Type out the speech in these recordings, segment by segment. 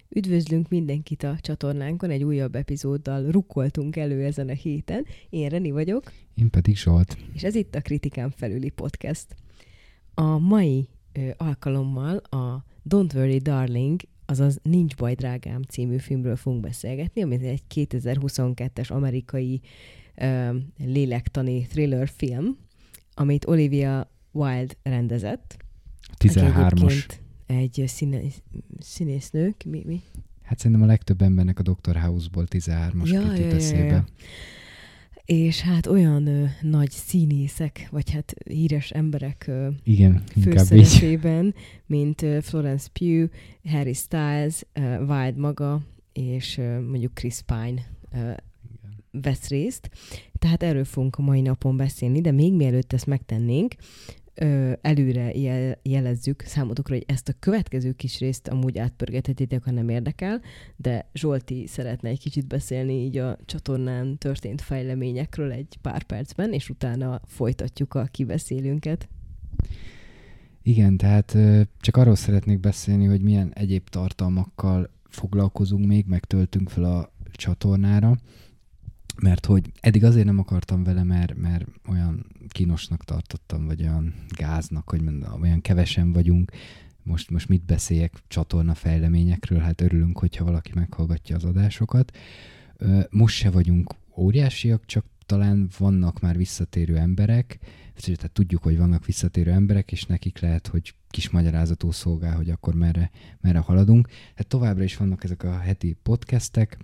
Üdvözlünk mindenkit a csatornánkon, egy újabb epizóddal rukkoltunk elő ezen a héten. Én Reni vagyok. Én pedig Zsolt. És ez itt a Kritikán felüli podcast. A mai alkalommal a Don't Worry Darling, azaz Nincs baj drágám című filmről fogunk beszélgetni, ami egy 2022-es amerikai lélektani thriller film, amit Olivia Wilde rendezett. 13-as. Egy színésznő. Mi? Hát szerintem a legtöbb embernek a Dr. House-ból 13-as jut eszébe. Ja. És hát olyan nagy színészek, vagy hát híres emberek főszerepében, mint Florence Pugh, Harry Styles, Wilde maga, és mondjuk Chris Pine vesz részt. Tehát erről fogunk a mai napon beszélni, de még mielőtt ezt megtennénk, előre jelezzük számotokra, hogy ezt a következő kis részt amúgy átpörgethetitek, ha nem érdekel, de Zsolti szeretne egy kicsit beszélni így a csatornán történt fejleményekről egy pár percben, és utána folytatjuk a kibeszélünket. Igen, tehát csak arról szeretnék beszélni, hogy milyen egyéb tartalmakkal foglalkozunk még, meg töltünk fel a csatornára, mert hogy eddig azért nem akartam vele, mert olyan kínosnak tartottam, vagy olyan gáznak, hogy mondom, olyan kevesen vagyunk. Most mit beszéljek csatorna fejleményekről? Hát örülünk, hogyha valaki meghallgatja az adásokat. Most se vagyunk óriásiak, csak talán vannak már visszatérő emberek, tehát tudjuk, hogy vannak visszatérő emberek, és nekik lehet, hogy kis magyarázatul szolgál, hogy akkor merre haladunk. Hát továbbra is vannak ezek a heti podcastek,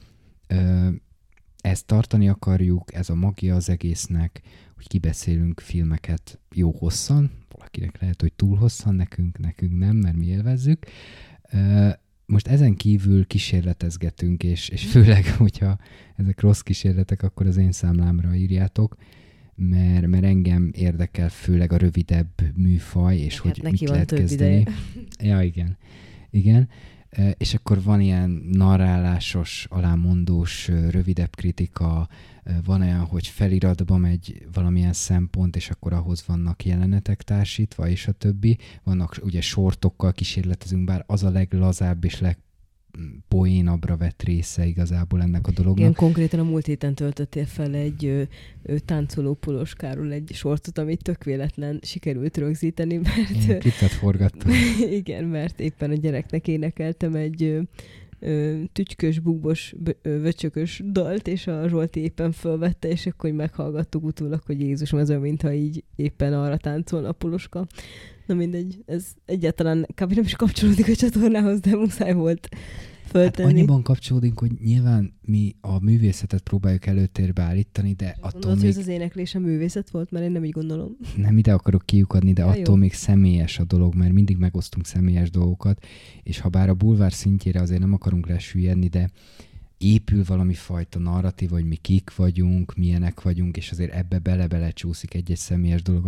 ezt tartani akarjuk, ez a magia az egésznek, hogy kibeszélünk filmeket jó hosszan, valakinek lehet, hogy túl hosszan, nekünk nem, mert mi élvezzük. Most ezen kívül kísérletezgetünk, és főleg, hogyha ezek rossz kísérletek, akkor az én számlámra írjátok, mert engem érdekel főleg a rövidebb műfaj, és hogy mit lehet kezdeni. Ja, igen. És akkor van ilyen narrálásos, alámondós, rövidebb kritika, van olyan, hogy feliratba megy valamilyen szempont, és akkor ahhoz vannak jelenetek társítva, és a többi. Vannak ugye sortokkal kísérletezünk, bár az a leglazább és legpoénabbra vett része igazából ennek a dolognak. Igen, konkrétan a múlt héten töltöttél fel egy táncoló Poloskáról egy sortot, amit tök véletlen sikerült rögzíteni, mert... Klipet forgattam. Igen, mert éppen a gyereknek énekeltem egy tücskös, búbos, vöcsökös dalt, és a Zsolti éppen fölvette, és akkor meghallgattuk utólag, hogy Jézusom, ez olyan, mintha így éppen arra táncolna a Poloska. Na mindegy, ez egyáltalán kb. Nem is kapcsolódik a csatornához, de muszáj volt föltenni. Hát annyiban kapcsolódik, hogy nyilván mi a művészetet próbáljuk előtérbe állítani, de attól gondolod, még... hogy ez az éneklés a művészet volt? Mert én nem így gondolom. Nem ide akarok kiukadni, de attól még személyes a dolog, mert mindig megosztunk személyes dolgokat, és ha bár a bulvár szintjére azért nem akarunk lesüllyedni, de épül valami fajta narratív, hogy mi kik vagyunk, milyenek vagyunk, és azért ebbe belecsúszik egy-egy személyes dolog,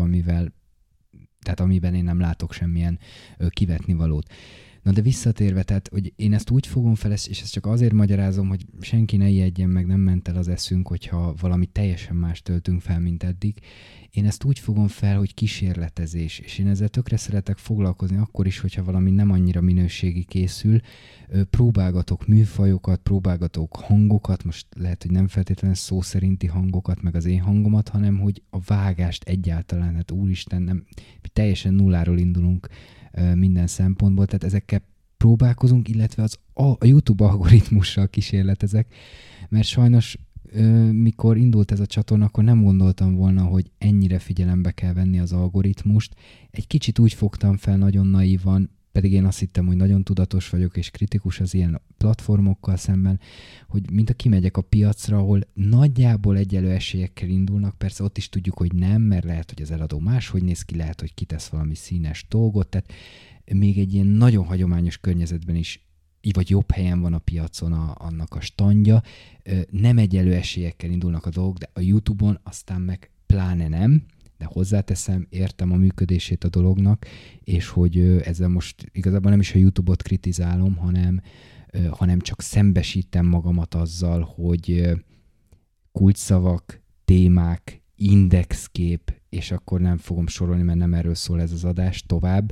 amiben én nem látok semmilyen kivetnivalót. Na de visszatérve, tehát, hogy én ezt úgy fogom fel, és ezt csak azért magyarázom, hogy senki ne ijedjen meg, nem ment el az eszünk, hogyha valami teljesen más töltünk fel, mint eddig. Én ezt úgy fogom fel, hogy kísérletezés, és én ezzel tökre szeretek foglalkozni akkor is, hogyha valami nem annyira minőségi készül. Próbálgatok műfajokat, próbálgatok hangokat, most lehet, hogy nem feltétlenül szó szerinti hangokat, meg az én hangomat, hanem hogy a vágást egyáltalán, hát úristen, nem, teljesen nulláról indulunk minden szempontból, tehát ezekkel próbálkozunk, illetve a YouTube algoritmussal kísérletezek, mert sajnos mikor indult ez a csatorna, akkor nem gondoltam volna, hogy ennyire figyelembe kell venni az algoritmust. Egy kicsit úgy fogtam fel nagyon naívan, pedig én azt hittem, hogy nagyon tudatos vagyok és kritikus az ilyen platformokkal szemben, hogy mint a kimegyek a piacra, ahol nagyjából egyenlő esélyekkel indulnak, persze ott is tudjuk, hogy nem, mert lehet, hogy az eladó máshogy néz ki, lehet, hogy kitesz valami színes dolgot, tehát még egy ilyen nagyon hagyományos környezetben is, vagy jobb helyen van a piacon annak a standja, nem egyenlő esélyekkel indulnak a dolgok, de a YouTube-on aztán meg pláne nem, de hozzáteszem, értem a működését a dolognak, és hogy ezzel most igazából nem is a YouTube-ot kritizálom, hanem csak szembesítem magamat azzal, hogy kulcsszavak, témák, indexkép, és akkor nem fogom sorolni, mert nem erről szól ez az adás tovább,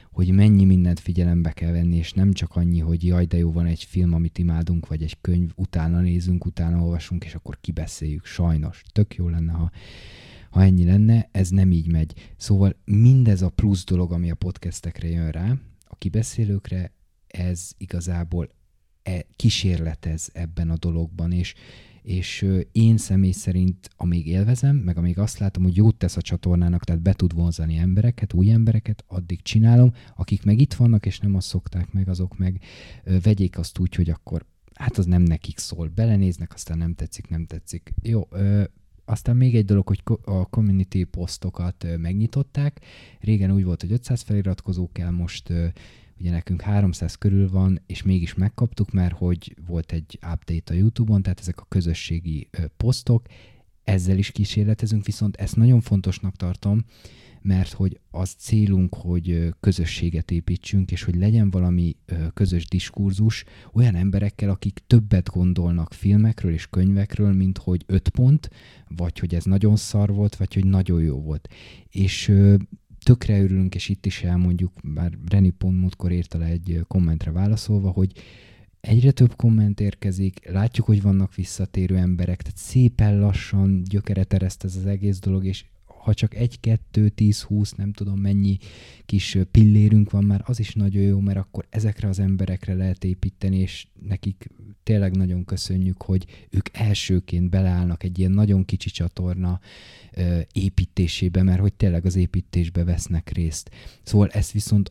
hogy mennyi mindent figyelembe kell venni, és nem csak annyi, hogy jaj, de jó, van egy film, amit imádunk, vagy egy könyv, utána nézünk, utána olvasunk, és akkor kibeszéljük. Sajnos. Tök jó lenne, ha ennyi lenne, ez nem így megy. Szóval mindez a plusz dolog, ami a podcastekre jön rá, a kibeszélőkre, ez igazából kísérletez ebben a dologban, és én személy szerint, amíg élvezem, meg amíg azt látom, hogy jót tesz a csatornának, tehát be tud vonzani embereket, új embereket, addig csinálom. Akik meg itt vannak, és nem azt szokták meg, azok meg vegyék azt úgy, hogy akkor hát az nem nekik szól. Belenéznek, aztán nem tetszik. Jó, aztán még egy dolog, hogy a community posztokat megnyitották. Régen úgy volt, hogy 500 feliratkozó kell, most ugye nekünk 300 körül van, és mégis megkaptuk, mert hogy volt egy update a YouTube-on, tehát ezek a közösségi posztok, ezzel is kísérletezünk, viszont ezt nagyon fontosnak tartom, mert hogy az célunk, hogy közösséget építsünk, és hogy legyen valami közös diskurzus olyan emberekkel, akik többet gondolnak filmekről és könyvekről, mint hogy 5 pont, vagy hogy ez nagyon szar volt, vagy hogy nagyon jó volt. És tökre örülünk, és itt is elmondjuk, bár Reni pont múltkor írta le egy kommentre válaszolva, hogy egyre több komment érkezik, látjuk, hogy vannak visszatérő emberek, tehát szépen lassan gyökeret ereszt ez az egész dolog, és ha csak 1, 2, 10, 20, nem tudom mennyi kis pillérünk van már, az is nagyon jó, mert akkor ezekre az emberekre lehet építeni, és nekik tényleg nagyon köszönjük, hogy ők elsőként beleállnak egy ilyen nagyon kicsi csatorna építésébe, mert hogy tényleg az építésbe vesznek részt. Szóval ezt viszont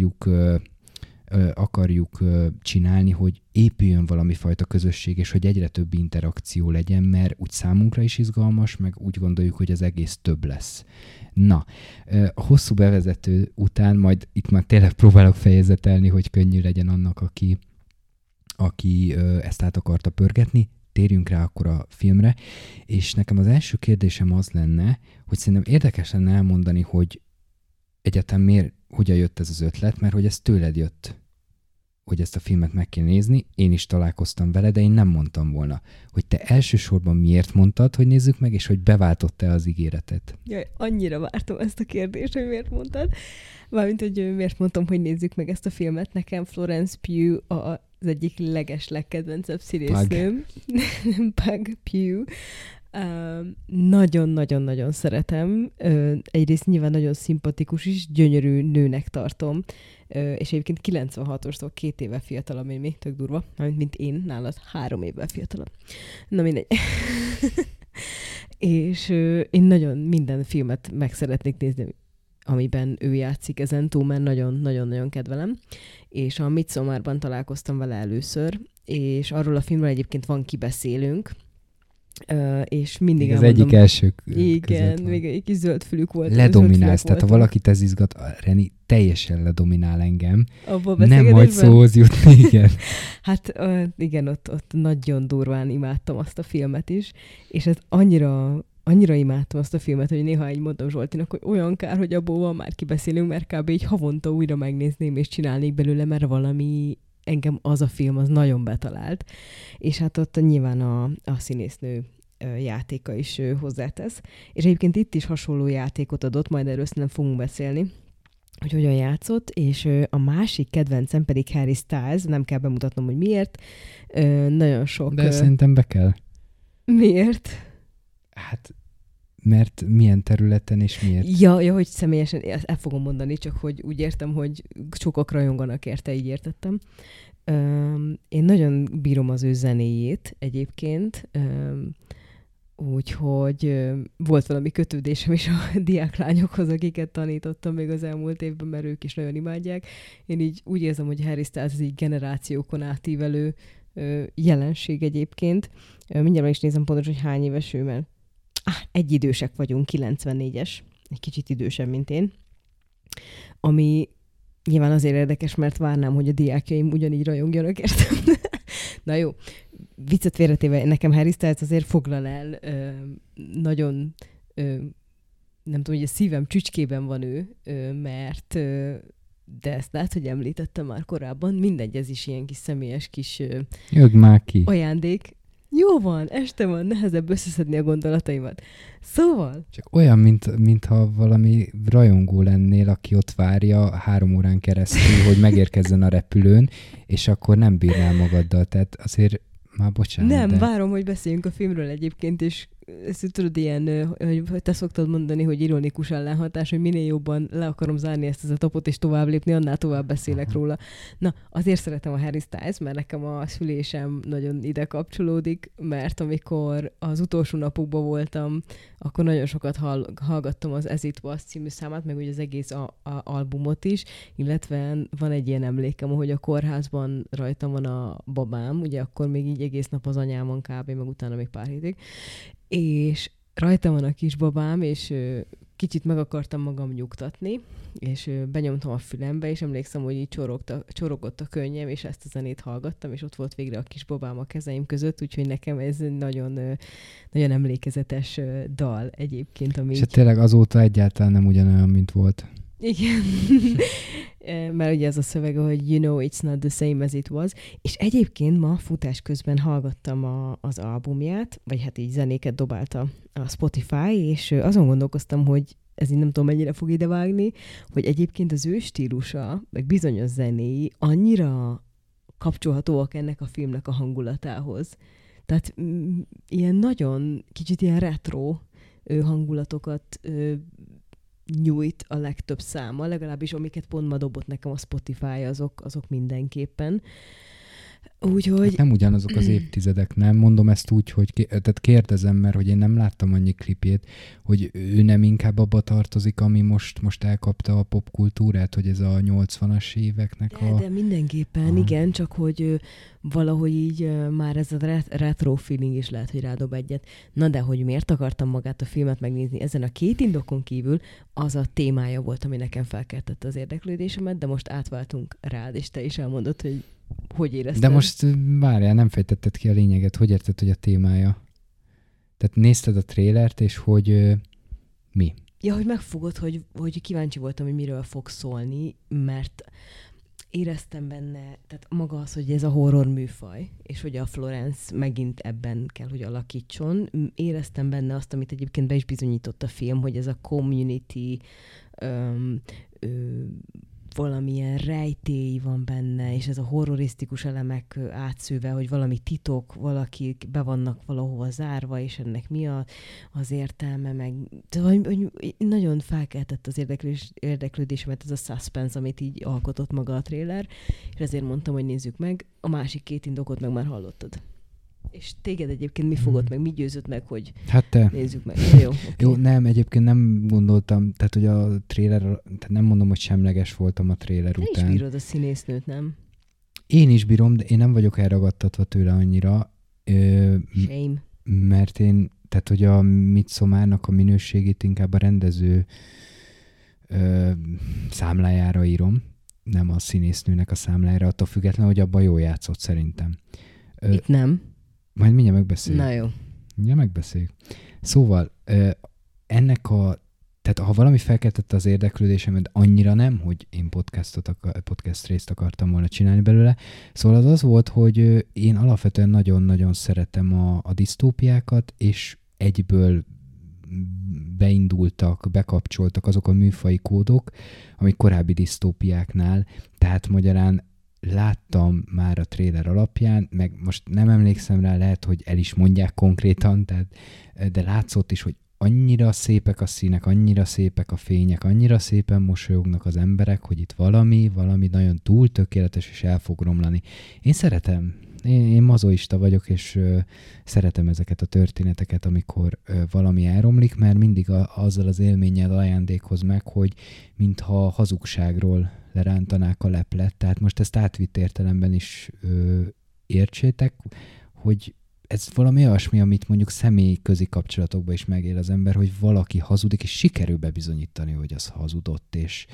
akarjuk csinálni, hogy épüljön valami fajta közösség, és hogy egyre több interakció legyen, mert úgy számunkra is izgalmas, meg úgy gondoljuk, hogy az egész több lesz. Na, a hosszú bevezető után majd itt már tényleg próbálok fejezetelni, hogy könnyű legyen annak, aki ezt át akarta pörgetni. Térjünk rá akkor a filmre, és nekem az első kérdésem az lenne, hogy szerintem érdekes lenne elmondani, hogy egyáltalán hogyan jött ez az ötlet, mert hogy ez tőled jött, hogy ezt a filmet meg kell nézni, én is találkoztam vele, de én nem mondtam volna, hogy te elsősorban miért mondtad, hogy nézzük meg, és hogy beváltott-e az ígéretet. Jaj, annyira vártam ezt a kérdést, hogy miért mondtad. Mármint, hogy miért mondtam, hogy nézzük meg ezt a filmet. Nekem Florence Pugh az egyik legkedvencebb színésznőm. Pug Pugh. Nagyon-nagyon-nagyon szeretem. Egyrészt nyilván nagyon szimpatikus is, gyönyörű nőnek tartom. És egyébként 96-ostól 2 éve fiatalabb, még tök durva, mint én, nálad 3 évvel fiatalabb. Na mindegy. És én nagyon minden filmet meg szeretnék nézni, amiben ő játszik ezen túl, mert nagyon-nagyon kedvelem. És a Midsommarban találkoztam vele először, és arról a filmről egyébként van kibeszélünk, és mindig az egyik első igen, még egy kis zöldfülük volt. Ledominálsz, tehát ha valakit ez izgat, Reni teljesen ledominál engem. Nem hagy szóhoz jutni, igen. Hát igen, ott nagyon durván imádtam azt a filmet is, és ez annyira imádtam azt a filmet, hogy néha így mondtam Zsoltinak, hogy olyan kár, hogy abból van már kibeszélünk, mert kb. Így havonta újra megnézném, és csinálnék belőle, mert valami engem az a film, az nagyon betalált. És hát ott nyilván a színésznő játéka is hozzátesz. És egyébként itt is hasonló játékot adott, majd erről nem fogunk beszélni, hogy hogyan játszott, és a másik kedvencem pedig Harry Styles, nem kell bemutatnom, hogy miért. Nagyon sok... De szerintem be kell. Miért? Hát, mert milyen területen és miért? Ja, hogy személyesen, ezt el fogom mondani, csak hogy úgy értem, hogy sokak rajonganak érte, így értettem. Én nagyon bírom az ő zenéjét egyébként, úgyhogy volt valami kötődésem is a diáklányokhoz, akiket tanítottam még az elmúlt évben, mert ők is nagyon imádják. Én így úgy érzem, hogy Harry Styles az így generációkon átívelő jelenség egyébként. Mindjárt meg is nézem pontosan, hogy hány éves ő, mert egyidősek vagyunk, 94-es, egy kicsit idősebb, mint én. Ami nyilván azért érdekes, mert várnám, hogy a diákjaim ugyanígy rajongjanak, értem. Na jó, viccet félretéve, nekem Harry Styles azért foglal el, nagyon, nem tudom, hogy a szívem csücskében van ő, mert, de ezt lehet, hogy említettem már korábban, mindegy, ez is ilyen kis személyes kis ki. Ajándék. Jó van, este van, nehezebb összeszedni a gondolataimat. Szóval... Csak olyan, mintha valami rajongó lennél, aki ott várja 3 órán keresztül, hogy megérkezzen a repülőn, és akkor nem bírnál magaddal. Tehát azért már bocsánat. Nem, várom, hogy beszéljünk a filmről egyébként, és ezt tudod ilyen, hogy te szoktad mondani, hogy ironikus ellenhatás, hogy minél jobban le akarom zárni ezt az etapot, és tovább lépni, annál tovább beszélek róla. Na, azért szeretem a Harry Styles, mert nekem a szülésem nagyon ide kapcsolódik, mert amikor az utolsó napokban voltam, akkor nagyon sokat hallgattam az As It Was című számát, meg ugye az egész albumot is, illetve van egy ilyen emlékem, hogy a kórházban rajtam van a babám, ugye akkor még így egész nap az anyámon kb., meg utána még pár hétig, és rajta van a kisbabám, és kicsit meg akartam magam nyugtatni, és benyomtam a fülembe, és emlékszem, hogy így csorogott a könnyem, és ezt a zenét hallgattam, és ott volt végre a kisbabám a kezeim között, úgyhogy nekem ez nagyon, nagyon emlékezetes dal egyébként. Ami és tényleg azóta egyáltalán nem ugyanolyan, mint volt. Igen. Mert ugye ez a szövege, hogy you know it's not the same as it was. És egyébként ma futás közben hallgattam az albumját, vagy hát így zenéket dobálta a Spotify, és azon gondolkoztam, hogy ez így nem tudom mennyire fog idevágni, hogy egyébként az ő stílusa, meg bizonyos zenéi annyira kapcsolhatóak ennek a filmnek a hangulatához. Tehát ilyen nagyon, kicsit ilyen retro hangulatokat nyújt a legtöbb száma, legalábbis amiket pont ma dobott nekem a Spotify, azok mindenképpen. Úgyhogy... Hát nem ugyanazok az évtizedek, nem? Mondom ezt úgy, hogy tehát kérdezem, mert hogy én nem láttam annyi klipjét, hogy ő nem inkább abba tartozik, ami most elkapta a popkultúrát, hogy ez a 80-as éveknek De mindenképpen, igen, csak hogy valahogy így már ez a retro feeling is lehet, hogy rádob egyet. Na de hogy miért akartam magát a filmet megnézni? Ezen a 2 indokon kívül az a témája volt, ami nekem felkeltette az érdeklődésemet, de most átváltunk rád, és te is elmondod, hogy érezted? De most várjál, nem fejtetted ki a lényeget. Hogy érted, hogy a témája? Tehát nézted a trélert, és hogy mi? Ja, hogy megfogod, hogy kíváncsi voltam, hogy miről fog szólni, mert éreztem benne, tehát maga az, hogy ez a horror műfaj, és hogy a Florence megint ebben kell, hogy alakítson. Éreztem benne azt, amit egyébként be is bizonyított a film, hogy ez a community valamilyen rejtély van benne, és ez a horrorisztikus elemek átszőve, hogy valami titok, valakik be vannak valahova zárva, és ennek mi az értelme, meg hogy nagyon felkeltett az érdeklődésemet ez a suspense, amit így alkotott maga a trailer, és ezért mondtam, hogy nézzük meg. A másik 2 indokot meg már hallottad. És téged egyébként mi fogott meg, mi győzött meg, hogy nézzük meg. Jó, okay. Jó, nem, egyébként nem gondoltam, tehát hogy a trailer, tehát nem mondom, hogy semleges voltam a trailer után. Te is bírod a színésznőt, nem? Én is bírom, de én nem vagyok elragadtatva tőle annyira. Shame. Mert tehát hogy a Midsommarnak a minőségét inkább a rendező számlájára írom, nem a színésznőnek a számlájára, attól függetlenül, hogy abban jól játszott szerintem. Itt nem. Majd mindjárt megbeszéljük. Na jó. Mindjárt megbeszéljük. Szóval tehát ha valami felkeltette az érdeklődésemet, annyira nem, hogy én podcast részt akartam volna csinálni belőle. Szóval az volt, hogy én alapvetően nagyon-nagyon szeretem a disztópiákat, és egyből bekapcsoltak azok a műfaji kódok, amik korábbi disztópiáknál, tehát magyarán láttam már a trailer alapján, meg most nem emlékszem rá, lehet, hogy el is mondják konkrétan, de látszott is, hogy annyira szépek a színek, annyira szépek a fények, annyira szépen mosolyognak az emberek, hogy itt valami nagyon túl tökéletes, és el fog romlani. Én szeretem. Én mazoista vagyok, és szeretem ezeket a történeteket, amikor valami elromlik, mert mindig azzal az élménnyel ajándékoz meg, hogy mintha hazugságról lerántanák a leplet. Tehát most ezt átvitt értelemben is értsétek, hogy ez valami olyasmi, amit mondjuk személyközi kapcsolatokban is megél az ember, hogy valaki hazudik, és sikerül bebizonyítani, hogy az hazudott,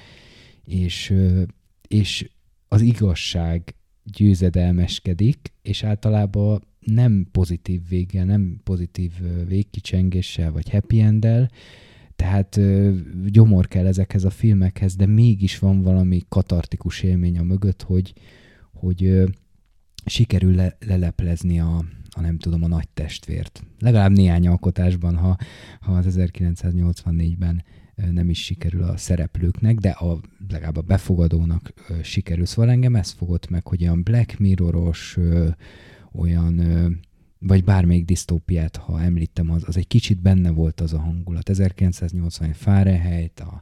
és az igazság győzedelmeskedik, és általában nem pozitív véggel, nem pozitív végkicsengéssel, vagy happy enddel, tehát gyomor kell ezekhez a filmekhez, de mégis van valami katartikus élmény a mögött, hogy sikerül leleplezni a nem tudom, a nagy testvért. Legalább néhány alkotásban, ha az 1984-ben nem is sikerül a szereplőknek, de legalább a befogadónak sikerül. Szóval engem ez fogott meg, hogy olyan Black Mirror-os, olyan, vagy bármelyik disztópiát, ha említem, az egy kicsit benne volt az a hangulat. 1980 Fahrenheit, a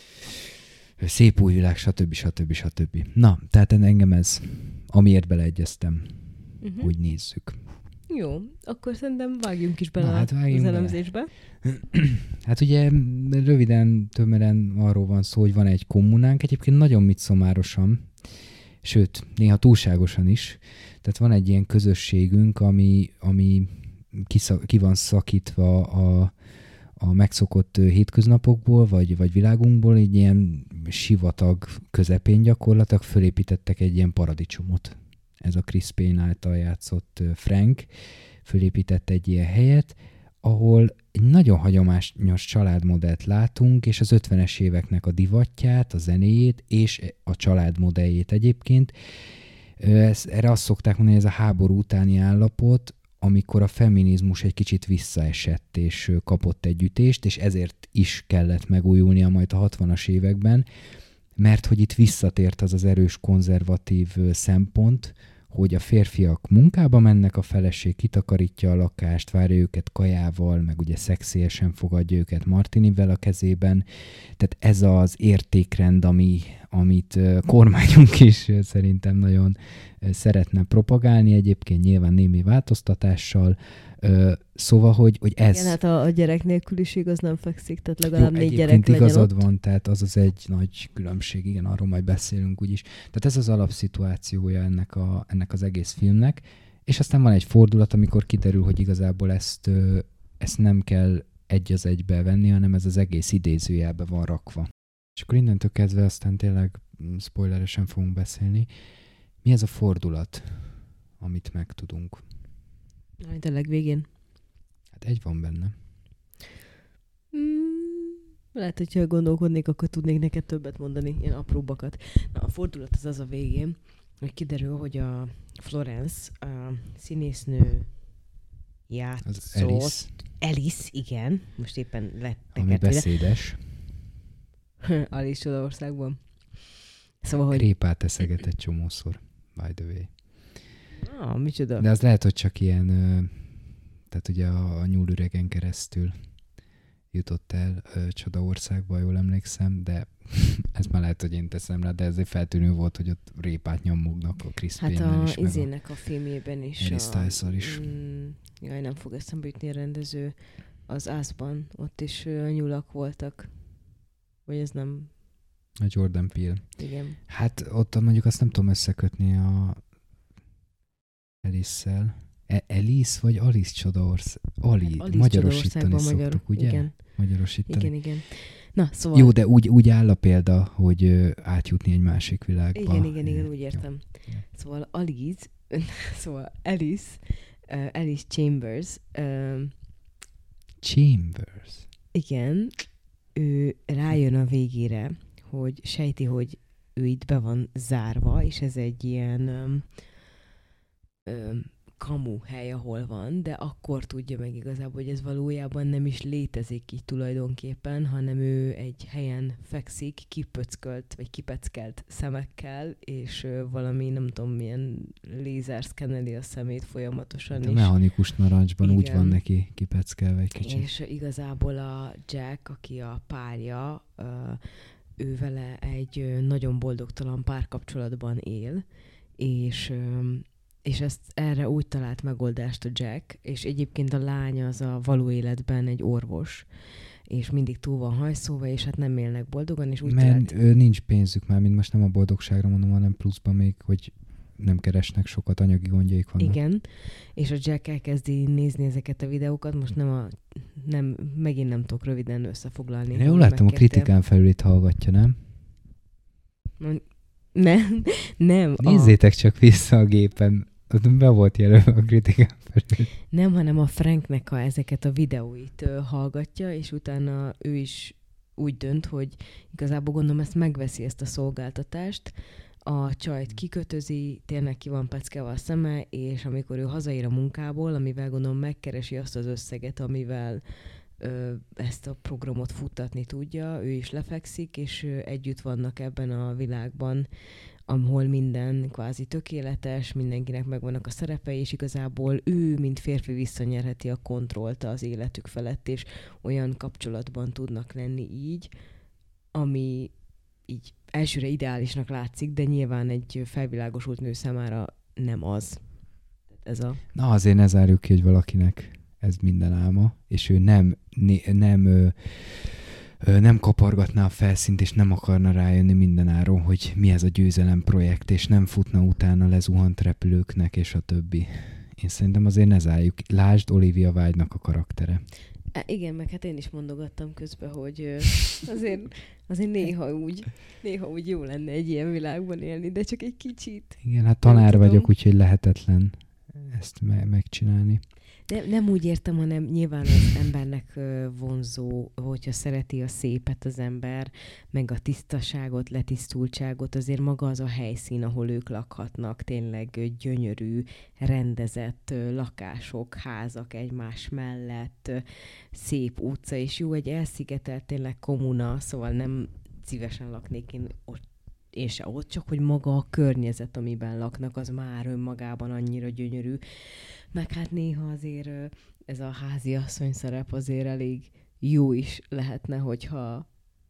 Szép új világ, stb. Na, tehát engem ez, amiért beleegyeztem, hogy nézzük. Jó, akkor szerintem vágjunk is bele az elemzésbe. Hát ugye röviden, tömören arról van szó, hogy van egy kommunánk, egyébként nagyon mitszomárosan, sőt, néha túlságosan is. Tehát van egy ilyen közösségünk, ami ki van szakítva a megszokott hétköznapokból, vagy világunkból, egy ilyen sivatag közepén gyakorlatilag fölépítettek egy ilyen paradicsomot. Ez a Chris Pine által játszott Frank fölépített egy ilyen helyet, ahol egy nagyon hagyományos családmodellt látunk, és az 50-es éveknek a divatját, a zenéjét, és a családmodelljét egyébként. Erre azt szokták mondani, hogy ez a háború utáni állapot, amikor a feminizmus egy kicsit visszaesett, és kapott egy ütést, és ezért is kellett megújulnia majd a 60-as években, mert hogy itt visszatért az erős konzervatív szempont, hogy a férfiak munkába mennek, a feleség kitakarítja a lakást, várja őket kajával, meg ugye szexélyesen fogadja őket martinivel a kezében. Tehát ez az értékrend, amit kormányunk is szerintem nagyon szeretne propagálni, egyébként nyilván némi változtatással. Szóval, hogy ez... Igen, hát a gyerek nélküliség az nem fekszik, tehát legalább 4 gyerek legyen igazad ott. van, tehát az egy nagy különbség, igen, arról majd beszélünk úgyis. Tehát ez az alapszituációja ennek az egész filmnek, és aztán van egy fordulat, amikor kiderül, hogy igazából ezt nem kell egy az egybe venni, hanem ez az egész idézőjelbe van rakva. És akkor innentől kezdve aztán tényleg spoileresen fogunk beszélni. Mi ez a fordulat, amit megtudunk? Majd a legvégén. Hát egy van benne. Lehet, hogyha gondolkodnék, akkor tudnék neked többet mondani, ilyen apróbbakat. Na, a fordulat az a végén, hogy kiderül, hogy a Florence, a színésznő játszott. Alice, igen. Most éppen lett. Ami beszédes. Alice Csodaországban. Szóval, hogy... Répát eszeget egy csomószor, by the way. Micsoda. De az lehet, hogy csak ilyen, tehát ugye a nyúlüregen keresztül jutott el Csodaországba, jól emlékszem, de ez már lehet, hogy én teszem rá, de ez egy feltűnő volt, hogy ott répát nyomognak a Chris Pine-nel is. Hát Izének a filmjében is. Harry Styles-szal is. Jaj, nem fog eszembe jutni a rendező. Az Ászban ott is nyulak voltak. Vagy ez nem... A Jordan Peele. Igen. Hát ott mondjuk azt nem tudom összekötni a Alice-szel. Alice vagy Alice Csodaország? Alice magyarosítani szoktuk, ugye? Igen. Magyarosítani. Igen. Na, szóval... Jó, de úgy áll a példa, hogy átjutni egy másik világba. Igen, úgy értem. Jó. Szóval Alice Chambers. Chambers. Igen, ő rájön a végére, hogy sejti, hogy ő itt be van zárva, és ez egy ilyen kamu hely, ahol van, de akkor tudja meg igazából, hogy ez valójában nem is létezik így tulajdonképpen, hanem ő egy helyen fekszik, kipeckelt szemekkel, és valami, nem tudom, milyen lézer szkenneli a szemét folyamatosan. A mechanikus narancsban igen. Úgy van neki kipeckelve egy kicsit. És igazából a Jack, aki a párja, ő vele egy nagyon boldogtalan párkapcsolatban él, és erre úgy talált megoldást a Jack, és egyébként a lány az a való életben egy orvos, és mindig túl van hajszolva, és hát nem élnek boldogan, és úgy Mert nincs pénzük már, mint most nem a boldogságra mondom, hanem pluszban még, hogy nem keresnek sokat, anyagi gondjaik vannak. Igen, és a Jack elkezdi nézni ezeket a videókat, most megint nem tudok röviden összefoglalni. Jól láttam, a kritikán felül itt hallgatja, nem? Nem. Nézzétek csak vissza a gépen. Ott be volt jelölve a kritikán felül. Nem, hanem a Franknek ezeket a videóit hallgatja, és utána ő is úgy dönt, hogy igazából gondolom ezt megveszi ezt a szolgáltatást, a csajt kikötözi, tényleg ki van peckelve a szeme, és amikor ő hazaér a munkából, amivel gondolom megkeresi azt az összeget, amivel ezt a programot futtatni tudja, ő is lefekszik, és együtt vannak ebben a világban, ahol minden kvázi tökéletes, mindenkinek megvannak a szerepei, és igazából ő, mint férfi visszanyerheti a kontrollt az életük felett, és olyan kapcsolatban tudnak lenni így, ami így elsőre ideálisnak látszik, de nyilván egy felvilágosult nő számára nem az. Na azért ne zárjuk ki, hogy valakinek ez minden álma, és ő nem kapargatná a felszínt, és nem akarna rájönni mindenáron, hogy mi ez a győzelem projekt, és nem futna utána lezuhant repülőknek, és a többi. Én szerintem azért ne zárjuk. Lásd Olivia Wilde-nak a karaktere. Igen, meg hát én is mondogattam közben, hogy azért néha úgy jó lenne egy ilyen világban élni, de csak egy kicsit. Igen, hát tanár vagyok, úgyhogy lehetetlen ezt megcsinálni. Nem úgy értem, hanem nyilván az embernek vonzó, hogyha szereti a szépet az ember, meg a tisztaságot, letisztultságot, azért maga az a helyszín, ahol ők lakhatnak, tényleg gyönyörű, rendezett lakások, házak egymás mellett, szép utca, és jó, egy elszigetelt tényleg kommuna, szóval nem szívesen laknék én se ott, csak hogy maga a környezet, amiben laknak, az már önmagában annyira gyönyörű. Meg hát néha azért ez a háziasszony szerep azért elég jó is lehetne, hogyha...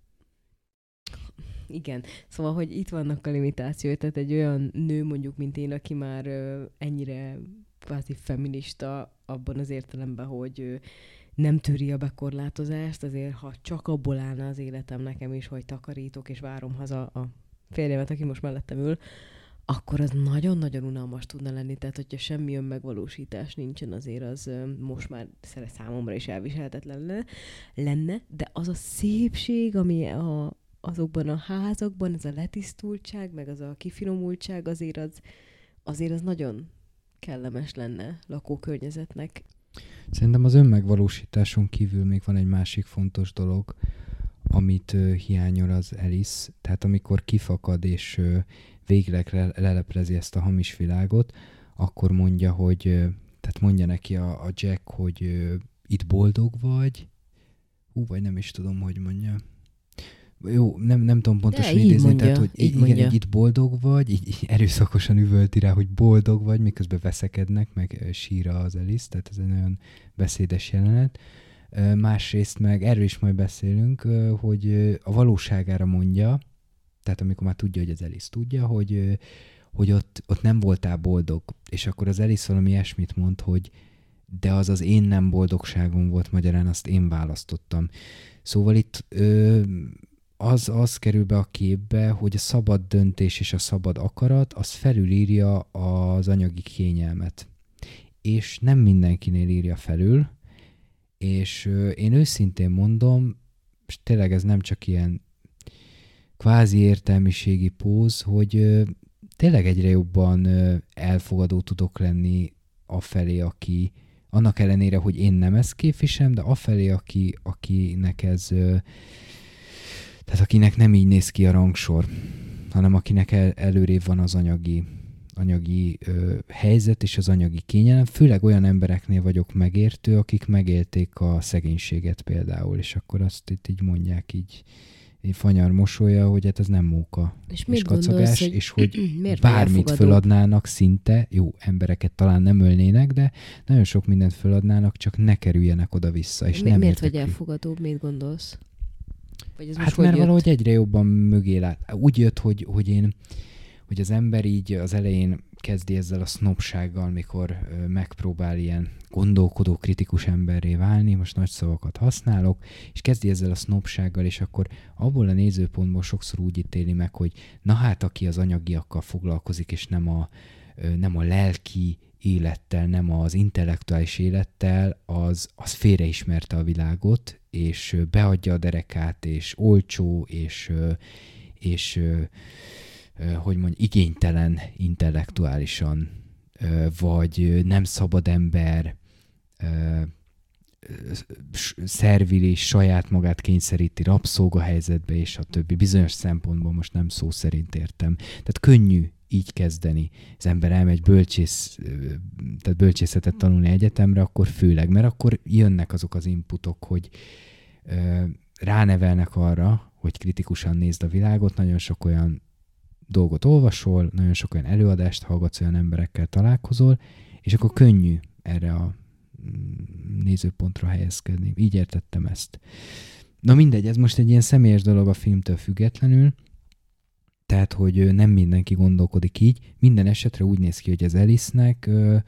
Igen, szóval, hogy itt vannak a limitációi, tehát egy olyan nő mondjuk, mint én, aki már ennyire kvázi feminista abban az értelemben, hogy nem tűri a bekorlátozást, azért ha csak abból állna az életem nekem is, hogy takarítok és várom haza a férjemet, aki most mellettem ül, akkor az nagyon-nagyon unalmas tudna lenni. Tehát, hogyha semmi önmegvalósítás nincsen, azért az most már számomra is elviselhetetlen lenne, de az a szépség, ami azokban a házakban, ez a letisztultság, meg az a kifinomultság, azért az nagyon kellemes lenne lakókörnyezetnek. Szerintem az önmegvalósításon kívül még van egy másik fontos dolog, amit hiányol az Alice, tehát amikor kifakad és végleg leleplezi ezt a hamis világot, akkor mondja, hogy, tehát mondja neki a Jack, hogy itt boldog vagy, vagy nem is tudom, hogy mondja. Jó, nem tudom pontosan idézni, mondja, tehát, hogy igen, itt boldog vagy, így erőszakosan üvölti rá, hogy boldog vagy, miközben veszekednek, meg sír az Alice, tehát ez egy nagyon beszédes jelenet. Másrészt meg, erről is majd beszélünk, hogy a valóságára mondja, tehát amikor már tudja, hogy az Alice tudja, hogy ott nem voltál boldog, és akkor az Alice valami ilyesmit mond, hogy de az az én nem boldogságom volt, magyarán azt én választottam. Szóval itt az kerül be a képbe, hogy a szabad döntés és a szabad akarat, az felülírja az anyagi kényelmet. És nem mindenkinél írja felül, és én őszintén mondom, és tényleg ez nem csak ilyen kvázi értelmiségi póz, hogy tényleg egyre jobban elfogadó tudok lenni afelé, aki annak ellenére, hogy én nem ezt képviselem, de afelé, akinek ez, tehát akinek nem így néz ki a rangsor, hanem akinek előrébb van az anyagi helyzet és az anyagi kényelem. Főleg olyan embereknél vagyok megértő, akik megélték a szegénységet például, és akkor azt itt így mondják így fanyar mosolya, hogy hát ez nem móka és kacagás, és hogy bármit föladnának szinte, jó, embereket talán nem ölnének, de nagyon sok mindent föladnának, csak ne kerüljenek oda-vissza. És nem miért vagy elfogadóbb? Mit gondolsz? Vagy ez hát mert valahogy egyre jobban mögé lát. Úgy jött, hogy az ember így az elején kezdi ezzel a sznobsággal, mikor megpróbál ilyen gondolkodó, kritikus emberré válni, most nagy szavakat használok, és kezdi ezzel a sznobsággal, és akkor abból a nézőpontból sokszor úgy ítéli meg, hogy na hát, aki az anyagiakkal foglalkozik, és nem a lelki élettel, nem az intellektuális élettel, az félreismerte a világot, és beadja a derekát, és olcsó, és hogy mondjam, igénytelen intellektuálisan, vagy nem szabad ember, szervilés, saját magát kényszeríti rabszolga helyzetbe, és a többi. Bizonyos szempontból most nem szó szerint értem. Tehát könnyű így kezdeni. Az ember elmegy tehát bölcsészetet tanulni egyetemre, akkor főleg, mert akkor jönnek azok az inputok, hogy ránevelnek arra, hogy kritikusan nézd a világot, nagyon sok olyan dolgot olvasol, nagyon sok olyan előadást hallgatsz, olyan emberekkel találkozol, és akkor könnyű erre a nézőpontra helyezkedni. Így értettem ezt. Na mindegy, ez most egy ilyen személyes dolog a filmtől függetlenül, tehát, hogy nem mindenki gondolkodik így. Minden esetre úgy néz ki, hogy az Alice-nek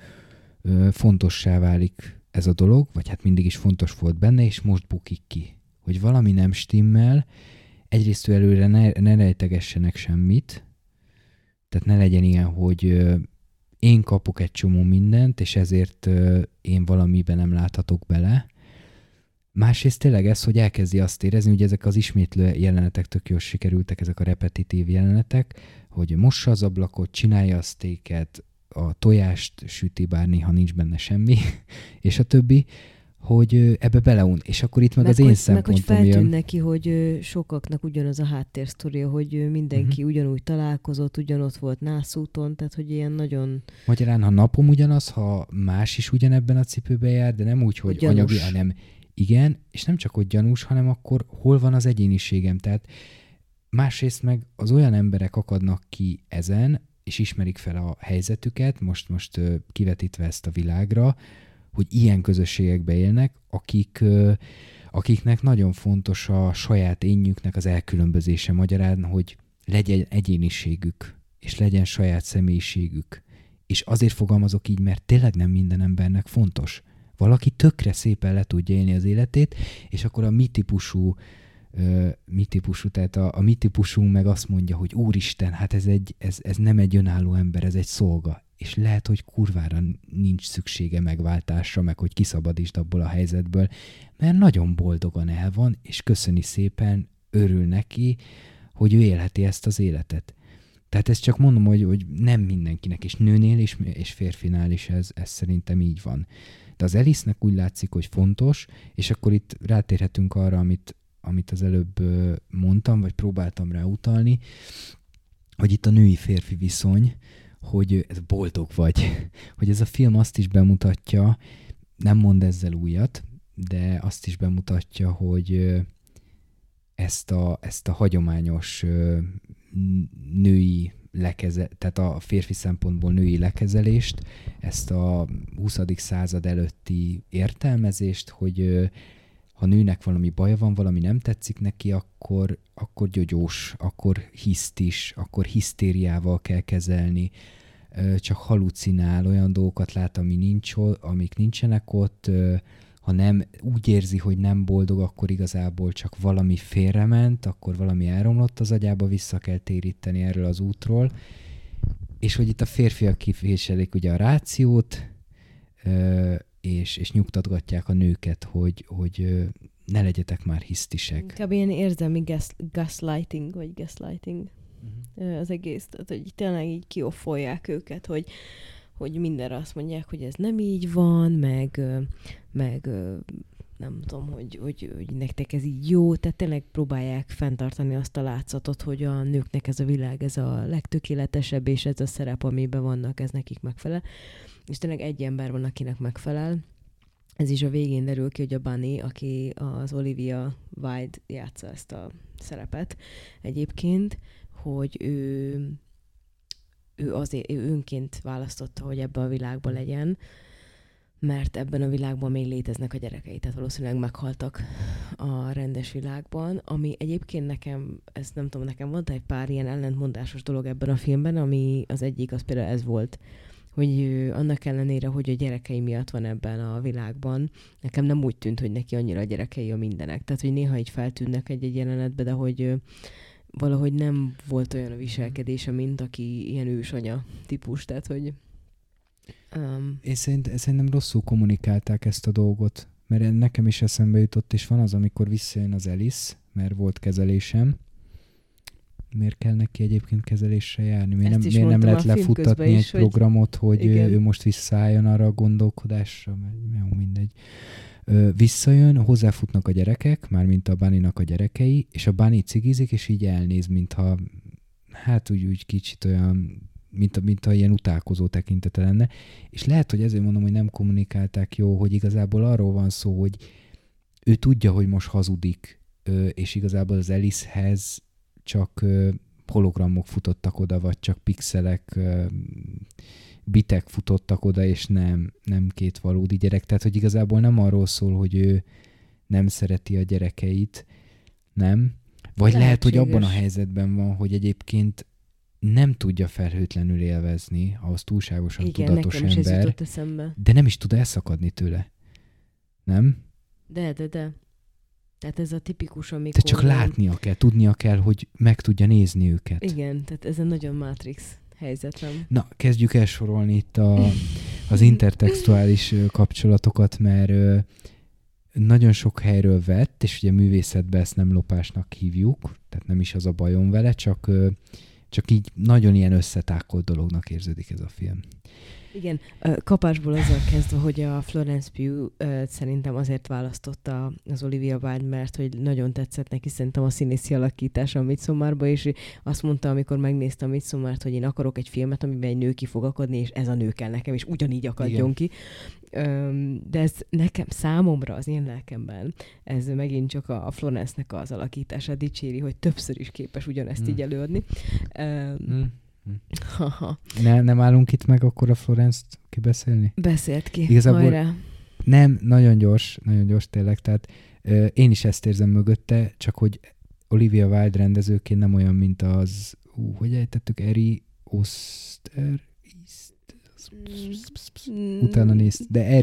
fontossá válik ez a dolog, vagy hát mindig is fontos volt benne, és most bukik ki. Hogy valami nem stimmel, egyrészt előre ne rejtegessenek semmit, tehát ne legyen ilyen, hogy én kapok egy csomó mindent, és ezért én valamiben nem láthatok bele. Másrészt tényleg ez, hogy elkezdi azt érezni, hogy ezek az ismétlő jelenetek tök jól sikerültek, ezek a repetitív jelenetek, hogy mossa az ablakot, csinálja a sztéket, a tojást süti, bár néha nincs benne semmi, és a többi, hogy ebbe beleun. És akkor itt meg az én szempontom meg, hogy feltűn neki, hogy sokaknak ugyanaz a háttérsztoria, hogy mindenki ugyanúgy találkozott, ugyanott volt nászúton, tehát hogy ilyen nagyon... Magyarán, ha napom ugyanaz, ha más is ugyanebben a cipőben jár, de nem úgy, hogy anyagi, hanem igen, és nem csak hogy gyanús, hanem akkor hol van az egyéniségem. Tehát másrészt meg az olyan emberek akadnak ki ezen, és ismerik fel a helyzetüket, most kivetítve ezt a világra, hogy ilyen közösségekbe élnek, akiknek nagyon fontos a saját énjüknek az elkülönbözése, magyarán, hogy legyen egyéniségük, és legyen saját személyiségük. És azért fogalmazok így, mert tényleg nem minden embernek fontos. Valaki tökre szépen le tudja élni az életét, és akkor a mi típusú, tehát a mi típusunk meg azt mondja, hogy úristen, hát ez nem egy önálló ember, ez egy szolga. És lehet, hogy kurvára nincs szüksége megváltásra, meg hogy kiszabadítsd abból a helyzetből, mert nagyon boldogan el van, és köszöni szépen, örül neki, hogy ő élheti ezt az életet. Tehát ezt csak mondom, hogy nem mindenkinek, és nőnél is, és férfinál is ez szerintem így van. De az Alice-nek úgy látszik, hogy fontos, és akkor itt rátérhetünk arra, amit az előbb mondtam, vagy próbáltam rá utalni, hogy itt a női-férfi viszony, hogy ez boldog vagy, hogy ez a film azt is bemutatja, nem mond ezzel újat, de azt is bemutatja, hogy ezt a hagyományos női tehát a férfi szempontból női lekezelést, ezt a 20. század előtti értelmezést, hogy ha nőnek valami baja van, valami nem tetszik neki, akkor gyogyós, akkor hisztis, akkor hisztériával kell kezelni, csak halucinál, olyan dolgokat lát, amik nincsenek ott, ha nem úgy érzi, hogy nem boldog, akkor igazából csak valami félrement, akkor valami elromlott az agyába, vissza kell téríteni erről az útról, és hogy itt a férfiak képviselik ugye a rációt, és nyugtatgatják a nőket, hogy ne legyetek már hisztisek. Inkább ilyen érzelmi gaslighting az egész. Tehát, hogy tényleg így kioffolják őket, hogy mindenre azt mondják, hogy ez nem így van, meg nem tudom, hogy nektek ez így jó, tehát tényleg próbálják fenntartani azt a látszatot, hogy a nőknek ez a világ, ez a legtökéletesebb, és ez a szerep, amiben vannak, ez nekik megfelel. És tényleg egy ember van, akinek megfelel. Ez is a végén derül ki, hogy a Bunny, aki az Olivia Wilde játsza ezt a szerepet egyébként, hogy ő önként választotta, hogy ebben a világban legyen, mert ebben a világban még léteznek a gyerekei, tehát valószínűleg meghaltak a rendes világban, ami egyébként nekem volt egy pár ilyen ellentmondásos dolog ebben a filmben, ami az egyik, az például ez volt, hogy annak ellenére, hogy a gyerekei miatt van ebben a világban, nekem nem úgy tűnt, hogy neki annyira a gyerekei a mindenek. Tehát, hogy néha így feltűnnek egy jelenetbe, de hogy valahogy nem volt olyan a viselkedése, mint aki ilyen ősanya típus. Tehát, hogy... Én szerintem rosszul kommunikálták ezt a dolgot, mert nekem is eszembe jutott, és van az, amikor visszajön az Alice, mert volt kezelésem, miért kell neki egyébként kezelésre járni? Miért nem lehet lefuttatni egy programot, hogy ő most visszaálljon arra a gondolkodásra? Jó, mindegy. Visszajön, hozzáfutnak a gyerekek, mármint a Bunnynak a gyerekei, és a Bunny cigizik, és így elnéz, mintha hát úgy kicsit olyan, mintha ilyen utálkozó tekintete lenne. És lehet, hogy ezért mondom, hogy nem kommunikálták jó, hogy igazából arról van szó, hogy ő tudja, hogy most hazudik, és igazából az Alicehez csak hologramok futottak oda, vagy csak pixelek, bitek futottak oda, és nem két valódi gyerek. Tehát, hogy igazából nem arról szól, hogy ő nem szereti a gyerekeit, nem? Vagy lehet, hogy abban a helyzetben van, hogy egyébként nem tudja felhőtlenül élvezni, ahhoz túlságosan tudatos ember, de nem is tud elszakadni tőle. Nem? De. Tehát ez a tipikus, amikor... Te csak látnia kell, tudnia kell, hogy meg tudja nézni őket. Igen, tehát ez egy nagyon Matrix helyzetem. Na, kezdjük el sorolni itt az intertextuális kapcsolatokat, mert nagyon sok helyről vett, és ugye művészetben ezt nem lopásnak hívjuk, tehát nem is az a bajom vele, csak így nagyon ilyen összetákolt dolognak érződik ez a film. Igen, kapásból azzal kezdve, hogy a Florence Pugh szerintem azért választotta az Olivia Wilde, mert hogy nagyon tetszett neki szerintem a színészi alakítása a Midsommarba, és azt mondta, amikor megnézte a Midsommart, hogy én akarok egy filmet, amiben egy nő ki fog akadni, és ez a nő kell nekem, és ugyanígy akadjon ki. De ez nekem, számomra, az én lelkemben, ez megint csak a Florence-nek az alakítása dicséri, hogy többször is képes ugyanezt így előadni. Nem állunk itt meg akkor a Florence-t kibeszélni? Beszélt ki, igazából hajrá. Nem, nagyon gyors tényleg, tehát én is ezt érzem mögötte, csak hogy Olivia Wilde rendezőként nem olyan, mint az, hogy ejtettük, Ari Aster, utána nézd, de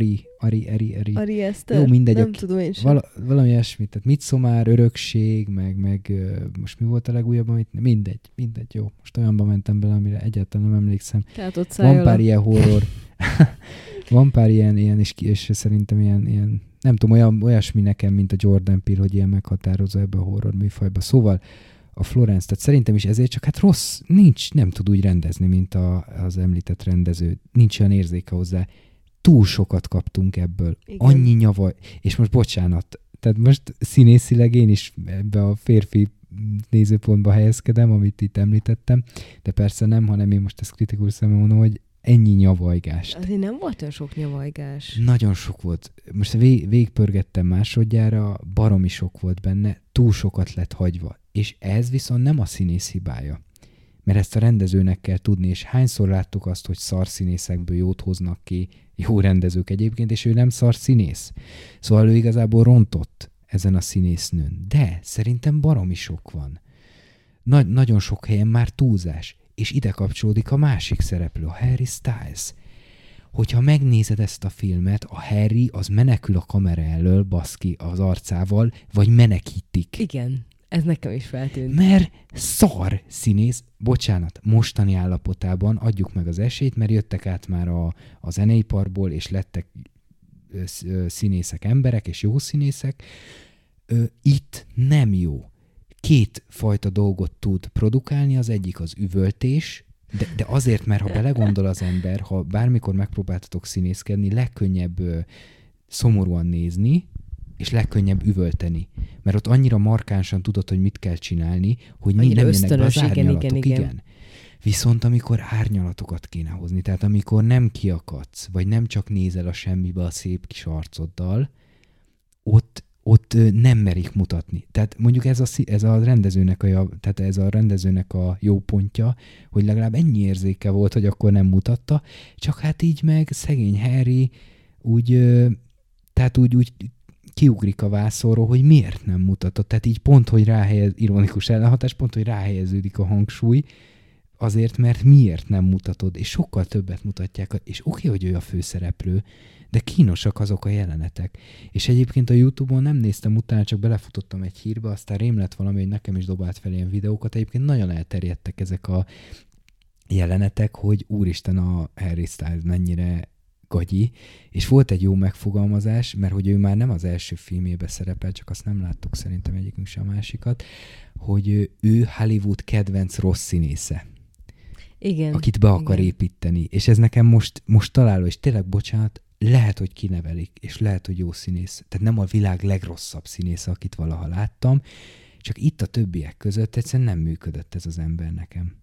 Ari Aster. Jó, mindegy. Nem tudom én sem. Valami ilyesmi, tehát Midsommar, Örökség, meg most mi volt a legújabb, amit mindegy, jó. Most olyanba mentem bele, amire egyáltalán nem emlékszem. Tehát ott van pár ilyen horror. Van pár ilyen és szerintem ilyen nem tudom, olyasmi nekem, mint a Jordan Peele, hogy ilyen meghatározó ebbe a horror műfajba. Szóval a Florence, tehát szerintem is ezért csak hát rossz, nem tud úgy rendezni, mint az említett rendező. Nincs olyan érzéke hozzá. Túl sokat kaptunk ebből. Igen. Annyi nyavaj. És most bocsánat, tehát most színészileg én is ebbe a férfi nézőpontba helyezkedem, amit itt említettem, de persze nem, hanem én most ezt kritikus szemben mondom, hogy ennyi nyavajgást. Azért nem volt olyan sok nyavajgás. Nagyon sok volt. Most végigpörgettem másodjára, baromi sok volt benne, túl sokat lett hagyva. És ez viszont nem a színész hibája. Mert ezt a rendezőnek kell tudni, és hányszor láttuk azt, hogy szarszínészekből jót hoznak ki, jó rendezők egyébként, és ő nem szarszínész. Szóval ő igazából rontott ezen a színésznőn. De szerintem baromi sok van. Nagyon sok helyen már túlzás. És ide kapcsolódik a másik szereplő, a Harry Styles. Hogyha megnézed ezt a filmet, a Harry az menekül a kamera elől, baszki az arcával, vagy menekítik. Igen, ez nekem is feltűnt. Mert szar színész, bocsánat, mostani állapotában adjuk meg az esélyt, mert jöttek át már a zeneiparból, és lettek színészek, emberek, és jó színészek. Itt nem jó. Két fajta dolgot tud produkálni, az egyik az üvöltés, de azért, mert ha belegondol az ember, ha bármikor megpróbáltatok színészkedni, legkönnyebb szomorúan nézni, és legkönnyebb üvölteni. Mert ott annyira markánsan tudod, hogy mit kell csinálni, hogy nem jönnek be az árnyalatok. Igen. Viszont amikor árnyalatokat kéne hozni, tehát amikor nem kiakadsz, vagy nem csak nézel a semmibe a szép kis arcoddal, ott nem merik mutatni. Tehát mondjuk ez a rendezőnek a jó pontja, hogy legalább ennyi érzéke volt, hogy akkor nem mutatta, csak hát így meg szegény Harry úgy kiugrik a vászorról, hogy miért nem mutatott. Tehát így pont, hogy ironikus ellenhatás, pont, hogy ráhelyeződik a hangsúly, azért, mert miért nem mutatod, és sokkal többet mutatják, és oké, hogy ő a főszereplő, de kínosak azok a jelenetek. És egyébként a YouTube-on nem néztem utána, csak belefutottam egy hírbe, aztán rém lett valami, hogy nekem is dobált fel ilyen videókat. Egyébként nagyon elterjedtek ezek a jelenetek, hogy úristen a Harry Styles mennyire gagyi, és volt egy jó megfogalmazás, mert hogy ő már nem az első filmjében szerepel, csak azt nem láttuk szerintem egyikünk sem a másikat, hogy ő Hollywood kedvenc rossz színésze. Igen. Akit be akar építeni. És ez nekem most találó, és tényleg bocsánat, lehet, hogy kinevelik, és lehet, hogy jó színész. Tehát nem a világ legrosszabb színésze, akit valaha láttam, csak itt a többiek között egyszerűen nem működött ez az ember nekem.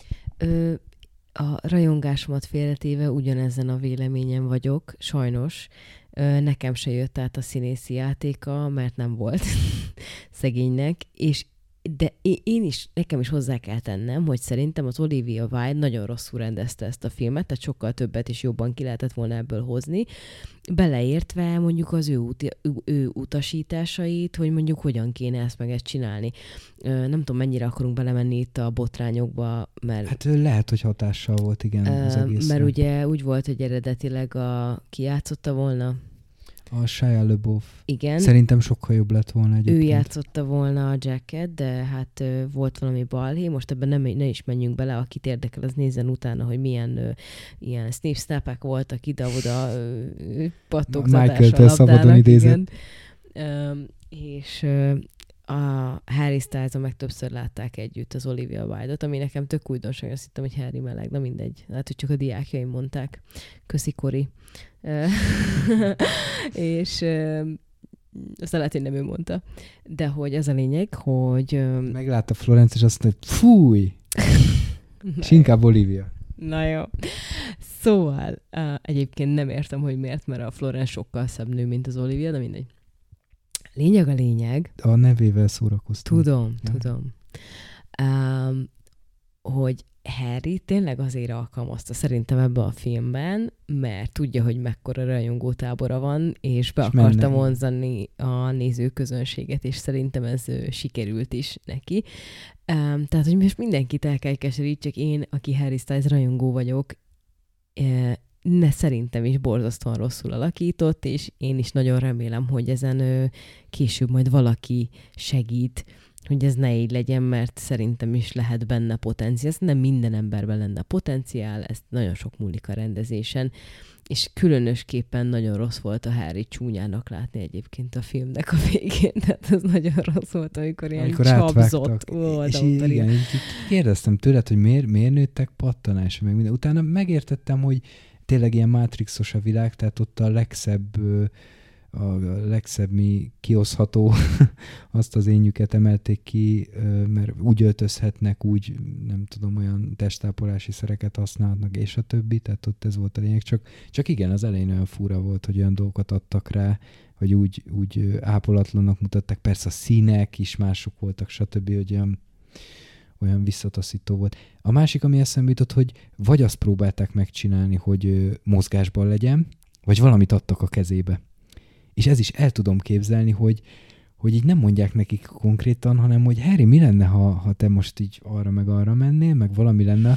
A rajongásomat félretéve ugyanezen a véleményen vagyok, sajnos. Nekem se jött át a színészi játéka, mert nem volt szegénynek, de nekem is hozzá kell tennem, hogy szerintem az Olivia Wilde nagyon rosszul rendezte ezt a filmet, tehát sokkal többet és jobban ki lehetett volna ebből hozni, beleértve mondjuk az ő utasításait, hogy mondjuk hogyan kéne ezt meg ezt csinálni. Nem tudom, mennyire akarunk belemenni itt a botrányokba, mert... Hát lehet, hogy hatással volt, igen, az egész. Mert ugye úgy volt, hogy eredetileg ki játszotta volna? A Shia LaBeouf. Igen. Szerintem sokkal jobb lett volna egyébként. Ő játszotta volna a Jacket, de hát volt valami balhé. Most ebben ne is menjünk bele, akit érdekel, az nézzen utána, hogy milyen ilyen snap-snapek voltak ide-oda pattogtatással szabadon idézett. És a Harry Styles-on meg többször látták együtt az Olivia Wilde-ot, ami nekem tök újdonság, azt hittem, hogy Harry meleg, na mindegy. Hát, hogy csak a diákjaim mondták. Köszi, Kori. És aztán lehet, hogy nem ő mondta. De hogy az a lényeg, hogy... Meglátta Florence, és azt mondta, hogy fúj! És inkább Olivia. Na jó. Szóval egyébként nem értem, hogy miért, mert a Florence sokkal szebb nő, mint az Olivia, de mindegy. Lényeg a lényeg. A nevével szórakoztam. Tudom. Hogy Harry tényleg azért alkalmazta szerintem ebben a filmben, mert tudja, hogy mekkora rajongótábora van, és be akarta vonzani a nézőközönséget, és szerintem ez sikerült is neki. Tehát, hogy most mindenkit el kell keserít, én, aki Harry Styles rajongó vagyok, szerintem is borzasztóan rosszul alakított, és én is nagyon remélem, hogy ezen később majd valaki segít, hogy ez ne így legyen, mert szerintem is lehet benne potenciál. Nem minden emberben lenne potenciál, ez nagyon sok múlik a rendezésen, és különösképpen nagyon rossz volt a Harry csúnyának látni egyébként a filmnek a végén, tehát ez nagyon rossz volt, amikor ilyen csapzott volt. És igen, kérdeztem tőled, hogy miért nőttek pattanásra, meg minden. Utána megértettem, hogy tényleg ilyen mátrixos a világ, tehát ott a legszebb mi kioszható, azt az énjüket emelték ki, mert úgy öltözhetnek, úgy nem tudom, olyan testápolási szereket használnak, és a többi, tehát ott ez volt a lényeg. Csak igen, az elején olyan fura volt, hogy olyan dolgokat adtak rá, hogy úgy ápolatlannak mutatták. Persze a színek is mások voltak, stb., hogy olyan visszataszító volt. A másik, ami eszembe jutott, hogy vagy azt próbálták megcsinálni, hogy mozgásban legyen, vagy valamit adtak a kezébe. És ez is el tudom képzelni, hogy így nem mondják nekik konkrétan, hanem hogy Harry, mi lenne, ha te most így arra meg arra mennél, meg valami lenne.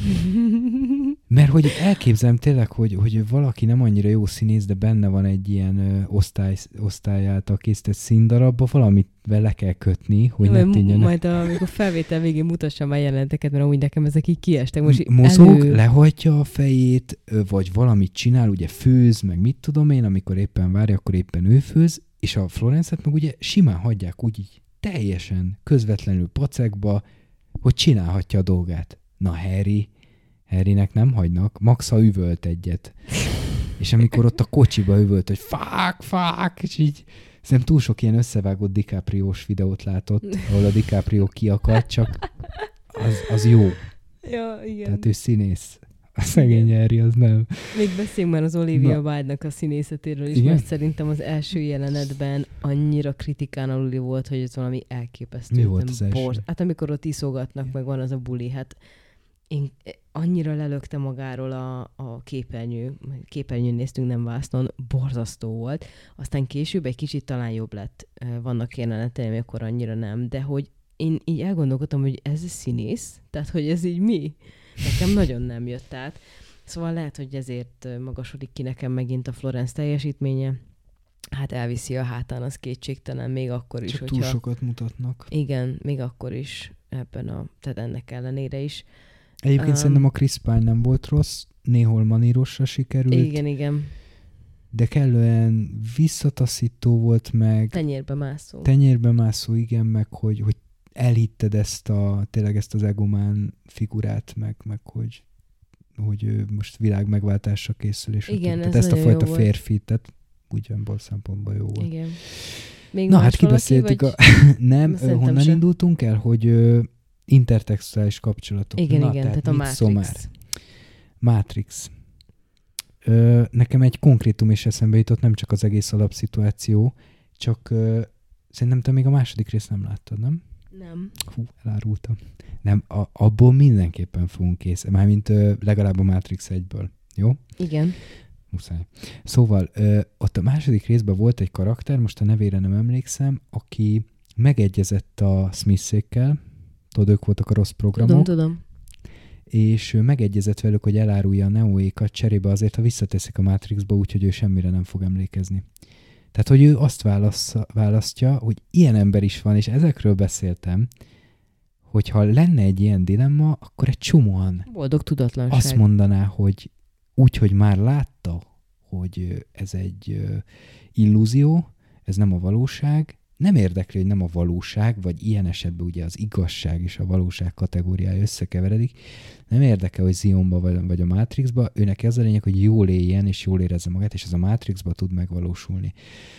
Mert hogy elképzelem tényleg, hogy valaki nem annyira jó színész, de benne van egy ilyen osztály által készített színdarabba, valamit le kell kötni, hogy ne tűnjön. Majd amikor felvétel végén mutassam már jelenteket, mert amúgy nekem ezek így kiestek. Most mozog, lehajtja a fejét, vagy valamit csinál, ugye főz, meg mit tudom én, amikor éppen várja, akkor éppen ő főz, és a Florence-et meg ugye simán hagyják úgy így teljesen közvetlenül pacekba, hogy csinálhatja a dolgát. Na Harrynek nem hagynak, max ha üvölt egyet. És amikor ott a kocsiba üvölt, hogy fák, és így szerintem túl sok ilyen összevágott DiCaprio-s videót látott, ahol a DiCaprio kiakadt, csak az jó. Ja, igen. Tehát ő színész. A szegény Harry az nem. Még beszéljünk már az Olivia Wilde-nak a színészetéről is, mert szerintem az első jelenetben annyira kritikán aluli volt, hogy ez valami elképesztő. Mi volt az első? Hát amikor ott iszogatnak, meg van az a buli, hát én annyira lelökte magáról a képernyőn néztünk, nem vásznon, borzasztó volt. Aztán később egy kicsit talán jobb lett. Vannak jeleneteim, amikor annyira nem, de hogy én így elgondolkodtam, hogy ez a színész, tehát hogy ez így mi? Nekem nagyon nem jött át. Szóval lehet, hogy ezért magasodik ki nekem megint a Florence teljesítménye. Hát elviszi a hátán, az kétségtelen, még akkor is, csak túl sokat mutatnak. Igen, még akkor is tehát ennek ellenére is. Egyébként szerintem a Chris Pine nem volt rossz, néhol manírosra sikerült. Igen. de kellően visszataszító volt meg. Tenyérbe mászó, igen, meg hogy elhitted tényleg ezt az egomán figurát, meg hogy ő most világ megváltásra készül, és igen, tehát ezt a fajta férfi, tehát ugyanból szempontból jó volt. Igen. Még na hát kibeszéltük nem, honnan indultunk el, hogy intertextuális kapcsolatok. Igen, tehát a Matrix. Matrix. Nekem egy konkrétum is eszembe jutott, nem csak az egész alapszituáció, csak szerintem te még a második részt nem láttad, nem? Nem. Hú, elárultam. Nem, abból mindenképpen fogunk mármint legalább a Matrix 1-ből. Jó? Igen. Muszáj. Szóval ott a második részben volt egy karakter, most a nevére nem emlékszem, aki megegyezett a Smithsékkel, tudod, ők voltak a rossz programok. Tudom. És megegyezett velük, hogy elárulja a Neoékat cserébe azért, ha visszateszik a Matrixba, úgyhogy ő semmire nem fog emlékezni. Tehát, hogy ő azt választja, hogy ilyen ember is van, és ezekről beszéltem, hogyha lenne egy ilyen dilemma, akkor egy csomóan boldog tudatlanság. Azt mondaná, hogy úgy, hogy már látta, hogy ez egy illúzió, ez nem a valóság, nem érdekli, hogy nem a valóság, vagy ilyen esetben ugye az igazság és a valóság kategóriája összekeveredik. Nem érdekel, hogy Zionba vagy a Matrixba, ő neki az a lényeg, hogy jól éljen és jól érezze magát, és ez a Matrixba tud megvalósulni.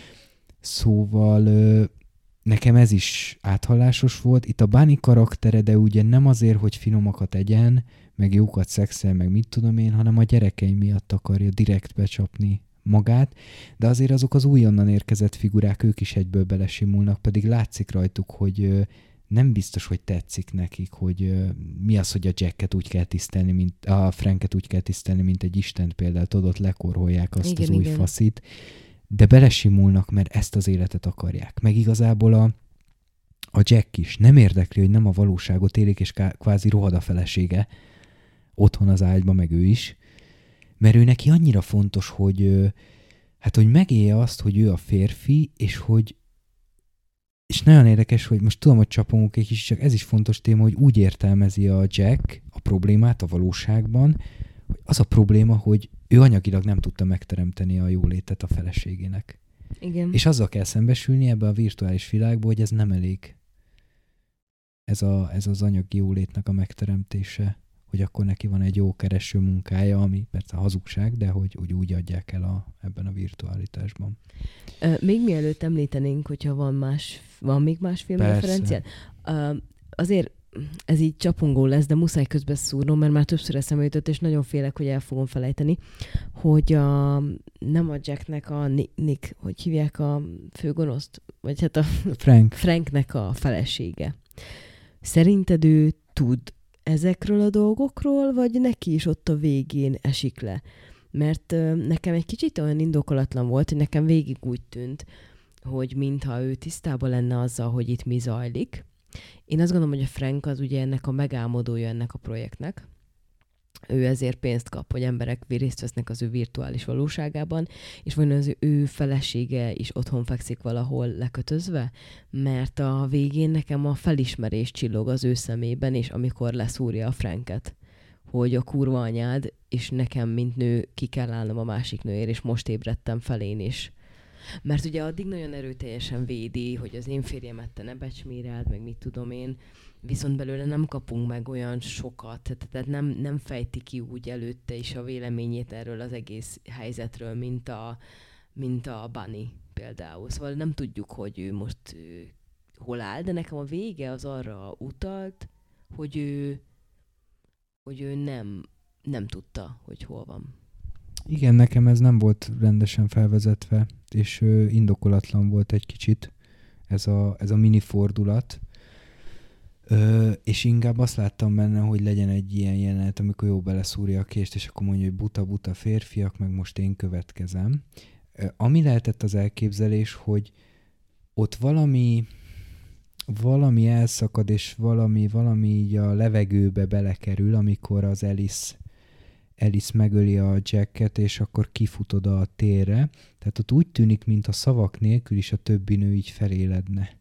Szóval nekem ez is áthallásos volt. Itt a Bunny karaktere, de ugye nem azért, hogy finomakat egyen, meg jókat szexel, meg mit tudom én, hanem a gyerekei miatt akarja direkt becsapni magát, de azért azok az újonnan érkezett figurák, ők is egyből belesimulnak, pedig látszik rajtuk, hogy nem biztos, hogy tetszik nekik, hogy mi az, hogy a Jacket úgy kell tisztelni, mint a Franket úgy kell tisztelni, mint egy istent például, tudod, lekorholják azt igen, az új faszit, de belesimulnak, mert ezt az életet akarják. Meg igazából a Jack is nem érdekli, hogy nem a valóságot élik, és kvázi rohad a felesége otthon az ágyba, meg ő is, mert ő neki annyira fontos, hogy megélje azt, hogy ő a férfi, és nagyon érdekes, hogy most tudom, hogy csapongok egy kicsit, csak ez is fontos téma, hogy úgy értelmezi a Jack a problémát a valóságban, hogy az a probléma, hogy ő anyagilag nem tudta megteremteni a jólétet a feleségének. Igen. És azzal kell szembesülni ebbe a virtuális világba, hogy ez nem elég. Ez az anyagi jólétnek a megteremtése, hogy akkor neki van egy jó kereső munkája, ami persze hazugság, de hogy úgy adják el ebben a virtualitásban. Még mielőtt említenénk, hogyha van még más filmreferenciád? Azért ez így csapongó lesz, de muszáj közben szúrnom, mert már többször eszembe jutott, és nagyon félek, hogy el fogom felejteni, hogy nem a Jacknek a Nick, hogy hívják a főgonoszt? Vagy hát a Franknek a felesége. Szerinted ő tud ezekről a dolgokról, vagy neki is ott a végén esik le? Mert nekem egy kicsit olyan indokolatlan volt, hogy nekem végig úgy tűnt, hogy mintha ő tisztában lenne azzal, hogy itt mi zajlik. Én azt gondolom, hogy a Frank az ugye ennek a megálmodója ennek a projektnek. Ő ezért pénzt kap, hogy emberek részt vesznek az ő virtuális valóságában, és vajon az ő felesége is otthon fekszik valahol lekötözve? Mert a végén nekem a felismerés csillog az ő szemében, és amikor leszúrja a Franket, hogy a kurva anyád, és nekem, mint nő, ki kell állnom a másik nőért, és most ébredtem fel én is. Mert ugye addig nagyon erőteljesen védi, hogy az én férjemet te ne becsméreld, meg mit tudom én, viszont belőle nem kapunk meg olyan sokat, tehát nem fejti ki úgy előtte is a véleményét erről az egész helyzetről, mint a Bunny például. Szóval nem tudjuk, hogy ő most hol áll, de nekem a vége az arra utalt, hogy ő nem tudta, hogy hol van. Igen, nekem ez nem volt rendesen felvezetve, és indokolatlan volt egy kicsit ez a mini fordulat. És inkább azt láttam benne, hogy legyen egy ilyen jelenet, amikor jó beleszúrja a kést, és akkor mondja, hogy buta-buta férfiak, meg most én következem. Ami lehetett az elképzelés, hogy ott valami elszakad, és valami így a levegőbe belekerül, amikor az Alice megöli a Jacket, és akkor kifut oda a térre. Tehát ott úgy tűnik, mint a szavak nélkül is a többi nő így feléledne.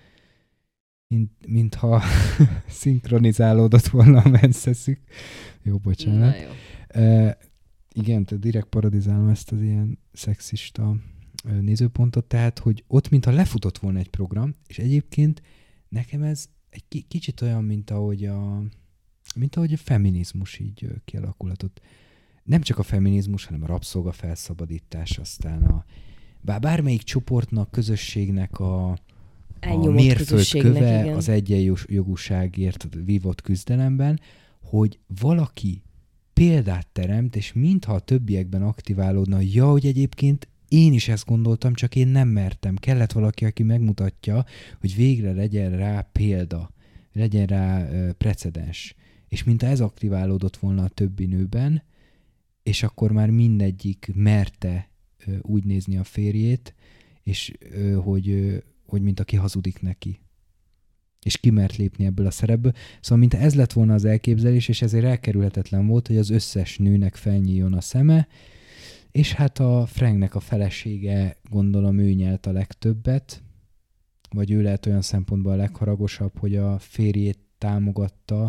Mintha szinkronizálódott volna a menszeszük. Jó, bocsánat. Na jó. Igen, tehát direkt parodizálom ezt az ilyen szexista nézőpontot, tehát, hogy ott mintha lefutott volna egy program, és egyébként nekem ez egy kicsit olyan, mint ahogy a feminizmus így kialakulhatott. Nem csak a feminizmus, hanem a rabszolgafelszabadítás, aztán bármelyik csoportnak, közösségnek a mérföldköve az egyenjogúságért vívott küzdelemben, hogy valaki példát teremt, és mintha a többiekben aktiválódna, hogy egyébként én is ezt gondoltam, csak én nem mertem. Kellett valaki, aki megmutatja, hogy végre legyen rá példa, legyen rá precedens. És mintha ez aktiválódott volna a többi nőben, és akkor már mindegyik merte úgy nézni a férjét, és hogy mint aki hazudik neki. És ki mert lépni ebből a szerepből. Szóval mint ez lett volna az elképzelés, és ezért elkerülhetetlen volt, hogy az összes nőnek felnyíljon a szeme, és hát a Franknek a felesége, gondolom ő nyelt a legtöbbet, vagy ő lehet olyan szempontból a legharagosabb, hogy a férjét támogatta,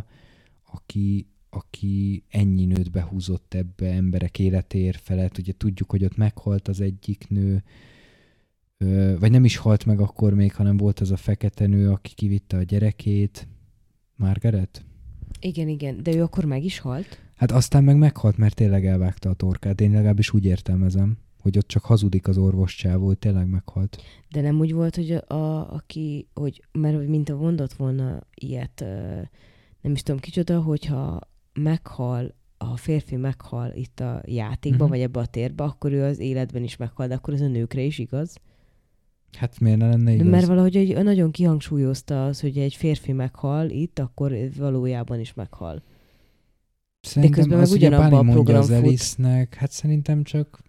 aki ennyi nőt behúzott ebbe emberek életér felett. Ugye tudjuk, hogy ott meghalt az egyik nő, vagy nem is halt meg akkor még, hanem volt az a fekete nő, aki kivitte a gyerekét. Margaret? Igen, de ő akkor meg is halt? Hát aztán meg meghalt, mert tényleg elvágta a torkát. Én legalábbis úgy értelmezem, hogy ott csak hazudik az orvoscsávó, hogy tényleg meghalt. De nem úgy volt, hogy mert mint a mondott volna ilyet, nem is tudom kicsoda, hogyha a férfi meghal itt a játékban, vagy ebbe a térbe, akkor ő az életben is meghal, de akkor ez a nőkre is igaz? Hát miért ne lenne igaz? De mert valahogy nagyon kihangsúlyozta az, hogy egy férfi meghal itt, akkor valójában is meghal. Szerintem de közben meg ugyanabban a program az Alice-nek, hát szerintem csak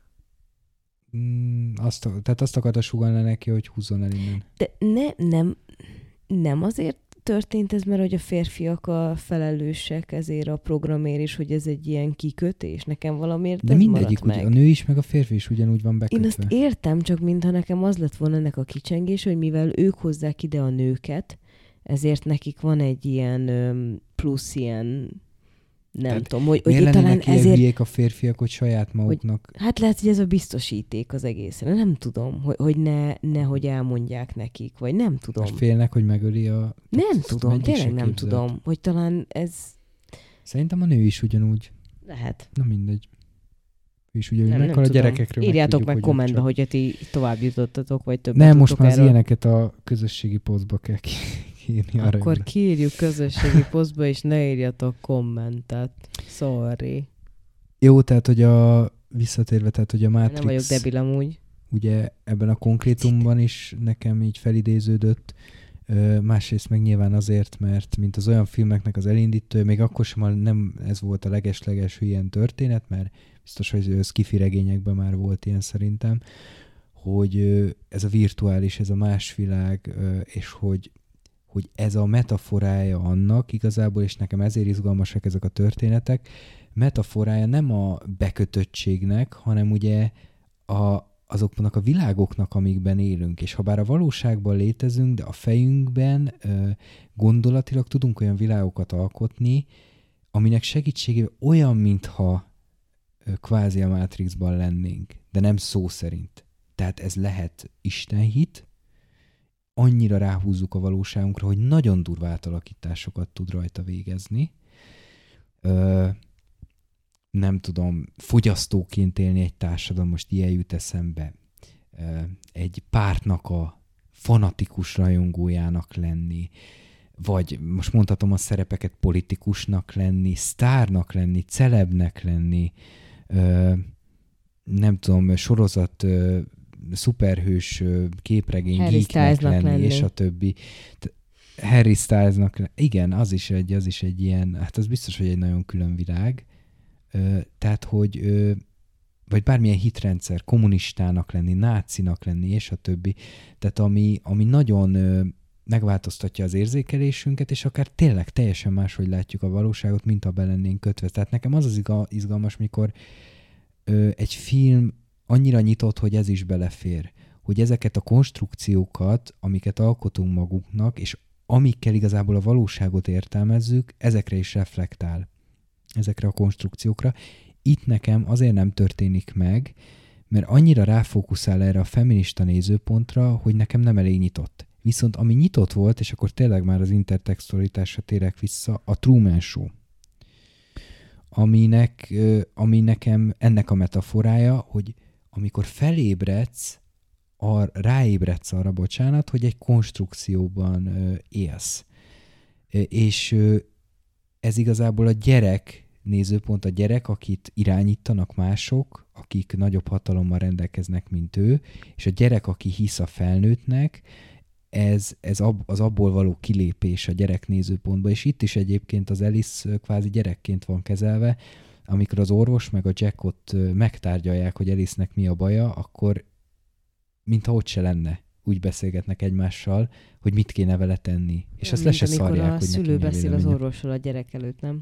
azt akarta sugallni neki, hogy húzzon el innen. De nem azért történt ez, mert hogy a férfiak a felelősek ezért a programért is, hogy ez egy ilyen kikötés. Nekem valamiért de ez mindegyik, maradt meg. A nő is, meg a férfi is ugyanúgy van bekötve. Én azt értem, csak mintha nekem az lett volna ennek a kicsengés, hogy mivel ők hozzák ide a nőket, ezért nekik van egy ilyen plusz ilyen nem tudom, hogy talán ezért a férfiak, hogy saját maguknak... Hát lehet, hogy ez a biztosíték az egészen. Nem tudom, hogy nehogy elmondják nekik, vagy nem tudom. Most félnek, hogy megöli a... Nem tudom, tényleg nem tudom, hogy talán ez... Szerintem a nő is ugyanúgy. Lehet. Na mindegy. Ő is ugyanúgy meghal a gyerekekről. Írjátok meg kommentbe, hogyha ti tovább jutottatok, vagy többet nem, most már az ilyeneket a közösségi posztba kell írni. Akkor kiírjuk közösségi posztba, és ne írjatok kommentet. Sorry. Jó, tehát, hogy visszatérve, tehát, hogy a Matrix... Nem vagyok debil amúgy. Ugye ebben a konkrétumban is nekem így felidéződött. Másrészt meg nyilván azért, mert mint az olyan filmeknek az elindítő, még akkor sem nem ez volt a leges ilyen történet, mert biztos, hogy sci-fi regényekben már volt ilyen szerintem, hogy ez a virtuális, ez a más világ, és hogy ez a metaforája annak igazából, és nekem ezért izgalmasak ezek a történetek, metaforája nem a bekötöttségnek, hanem ugye azoknak a világoknak, amikben élünk, és ha bár a valóságban létezünk, de a fejünkben gondolatilag tudunk olyan világokat alkotni, aminek segítségével olyan, mintha kvázi a Matrixban lennénk, de nem szó szerint. Tehát ez lehet istenhit, annyira ráhúzzuk a valóságunkra, hogy nagyon durva átalakításokat tud rajta végezni. Nem tudom, fogyasztóként élni egy társadalom, most ilyen jut eszembe, egy pártnak a fanatikus rajongójának lenni, vagy most mondhatom a szerepeket, politikusnak lenni, sztárnak lenni, celebnek lenni, nem tudom, sorozat, szuperhős képregény geeknek lenni, és a többi. Harry Stylesnak lenni. Igen, az is egy ilyen, hát az biztos, hogy egy nagyon külön világ. Tehát, hogy vagy bármilyen hitrendszer, kommunistának lenni, nácinak lenni, és a többi. Tehát ami nagyon megváltoztatja az érzékelésünket, és akár tényleg teljesen máshogy látjuk a valóságot, mint ha be lennénk kötve. Tehát nekem az izgalmas, mikor egy film annyira nyitott, hogy ez is belefér. Hogy ezeket a konstrukciókat, amiket alkotunk magunknak, és amikkel igazából a valóságot értelmezzük, ezekre is reflektál. Ezekre a konstrukciókra. itt nekem azért nem történik meg, mert annyira ráfókuszál erre a feminista nézőpontra, hogy nekem nem elég nyitott. Viszont ami nyitott volt, és akkor tényleg már az intertextualitásra térek vissza, a Truman Show. Ami nekem ennek a metaforája, hogy amikor felébredsz, ráébredsz arra, hogy egy konstrukcióban élsz. És ez igazából a gyerek nézőpont, a gyerek, akit irányítanak mások, akik nagyobb hatalommal rendelkeznek, mint ő, és a gyerek, aki hisz a felnőttnek, ez az abból való kilépés a gyerek nézőpontba, és itt is egyébként az Alice kvázi gyerekként van kezelve, amikor az orvos meg a Jack ott megtárgyalják, hogy Alice-nek mi a baja, akkor mintha ott se lenne. Úgy beszélgetnek egymással, hogy mit kéne vele tenni. És azt le se szarják, hogy a szülő beszél az orvosról a gyerek előtt, nem?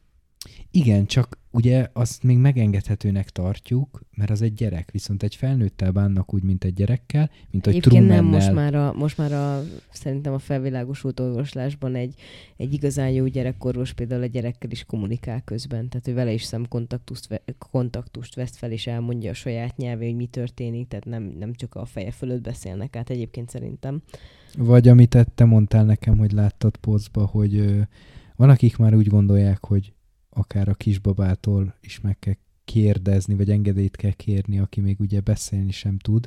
Igen, csak ugye azt még megengedhetőnek tartjuk, mert az egy gyerek, viszont egy felnőttel bánnak úgy, mint egy gyerekkel, mint hogy Trumannel. Nem, most már szerintem a felvilágosult orvoslásban egy igazán jó gyerekorvos például a gyerekkel is kommunikál közben, tehát ő vele is szemkontaktust vesz fel, és elmondja a saját nyelvén, hogy mi történik, tehát nem csak a feje fölött beszélnek át egyébként szerintem. Vagy amit te mondtál nekem, hogy láttad posztba, hogy van, akik már úgy gondolják, hogy akár a kisbabától is meg kell kérdezni, vagy engedélyt kell kérni, aki még ugye beszélni sem tud,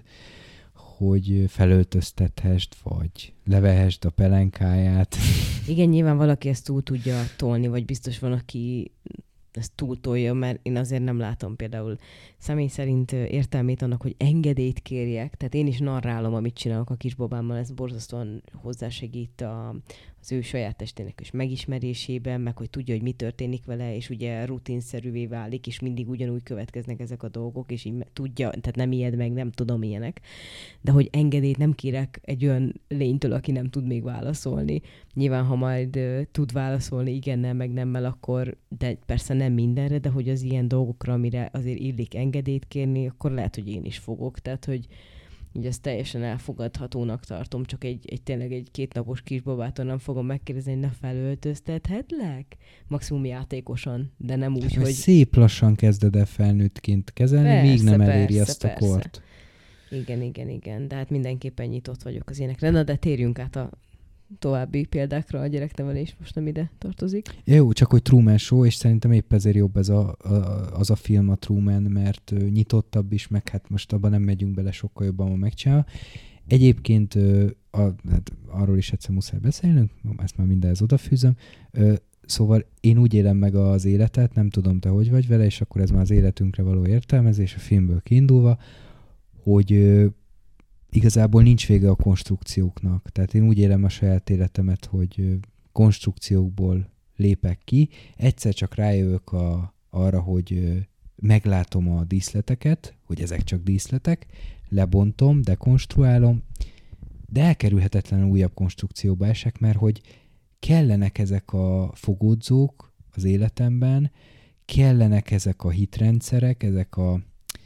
hogy felöltöztethesd, vagy levehesd a pelenkáját. Igen, nyilván valaki ezt túl tudja tolni, vagy biztos van, aki ezt túltolja, mert én azért nem látom például személy szerint értelmét annak, hogy engedélyt kérjek. Tehát én is narrálom, amit csinálok a kisbabámmal, ez borzasztóan hozzásegít az ő saját testének és megismerésében, meg hogy tudja, hogy mi történik vele, és ugye rutinszerűvé válik, és mindig ugyanúgy következnek ezek a dolgok, és így tudja, tehát nem ijed meg, nem tudom ilyenek. De hogy engedélyt nem kérek egy olyan lénytől, aki nem tud még válaszolni. Nyilván, ha majd tud válaszolni igennel, meg nemmel, akkor, de persze nem mindenre, de hogy az ilyen dolgokra, amire azért illik engedélyt kérni, akkor lehet, hogy én is fogok. Tehát, hogy ezt teljesen elfogadhatónak tartom, csak tényleg egy 2 napos kisbabától nem fogom megkérdezni, hogy ne felöltöztethetlek? Maximum játékosan, de nem úgy, hogy... Szép lassan kezded el felnőttként kezelni, persze, míg nem eléri azt a kort. Igen, de hát mindenképpen nyitott vagyok az ilyenekre. Na, de térjünk át a további példákra, a gyereknevelés most nem ide tartozik. Jó, csak hogy Truman Show, és szerintem épp ezért jobb ez az a film, a Truman, mert nyitottabb is, meg hát most abban nem megyünk bele, sokkal jobban van megcsinálva. Egyébként hát arról is egyszer muszáj beszélnünk, ezt már mindenhez odafűzöm, szóval én úgy élem meg az életet, nem tudom te hogy vagy vele, és akkor ez már az életünkre való értelmezés, a filmből kiindulva, hogy igazából nincs vége a konstrukcióknak. Tehát én úgy élem a saját életemet, hogy konstrukciókból lépek ki. Egyszer csak rájövök arra, hogy meglátom a díszleteket, hogy ezek csak díszletek, lebontom, dekonstruálom, de elkerülhetetlenül újabb konstrukcióba esek, mert hogy kellenek ezek a fogódzók az életemben, kellenek ezek a hitrendszerek, ezek a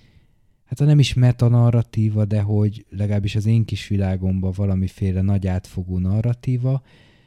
hát nem is metanarratíva, de hogy legalábbis az én kis világomban valamiféle nagy átfogó narratíva,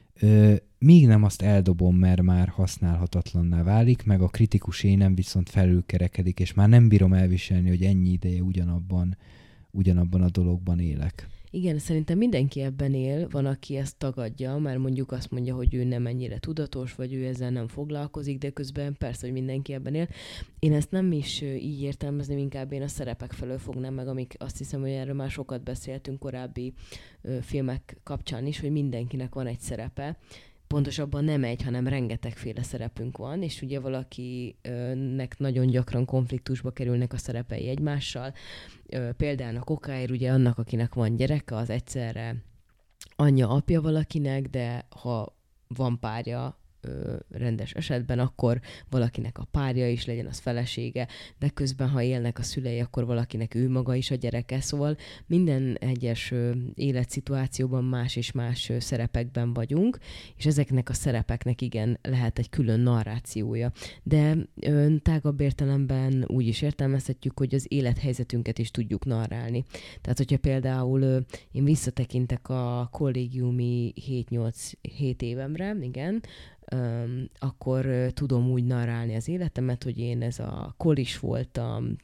míg nem azt eldobom, mert már használhatatlanná válik, meg a kritikus énem viszont felülkerekedik, és már nem bírom elviselni, hogy ennyi ideje ugyanabban a dologban élek. Igen, szerintem mindenki ebben él, van, aki ezt tagadja, mert mondjuk azt mondja, hogy ő nem ennyire tudatos, vagy ő ezzel nem foglalkozik, de közben persze, hogy mindenki ebben él. Én ezt nem is így értelmezném, inkább én a szerepek felől fognám meg, amik azt hiszem, hogy erről már sokat beszéltünk korábbi filmek kapcsán is, hogy mindenkinek van egy szerepe. Pontosabban nem egy, hanem rengetegféle szerepünk van, és ugye valakinek nagyon gyakran konfliktusba kerülnek a szerepei egymással. Például a kokáért ugye annak, akinek van gyereke, az egyszerre anyja, apja valakinek, de ha van párja, rendes esetben, akkor valakinek a párja is legyen, az felesége, de közben, ha élnek a szülei, akkor valakinek ő maga is a gyereke, szóval minden egyes életszituációban más és más szerepekben vagyunk, és ezeknek a szerepeknek igen, lehet egy külön narrációja. De tágabb értelemben úgy is értelmezhetjük, hogy az élethelyzetünket is tudjuk narrálni. Tehát, hogyha például én visszatekintek a kollégiumi 7-8 évemre, igen, akkor tudom úgy narrálni az életemet, hogy én ez a kolis voltam,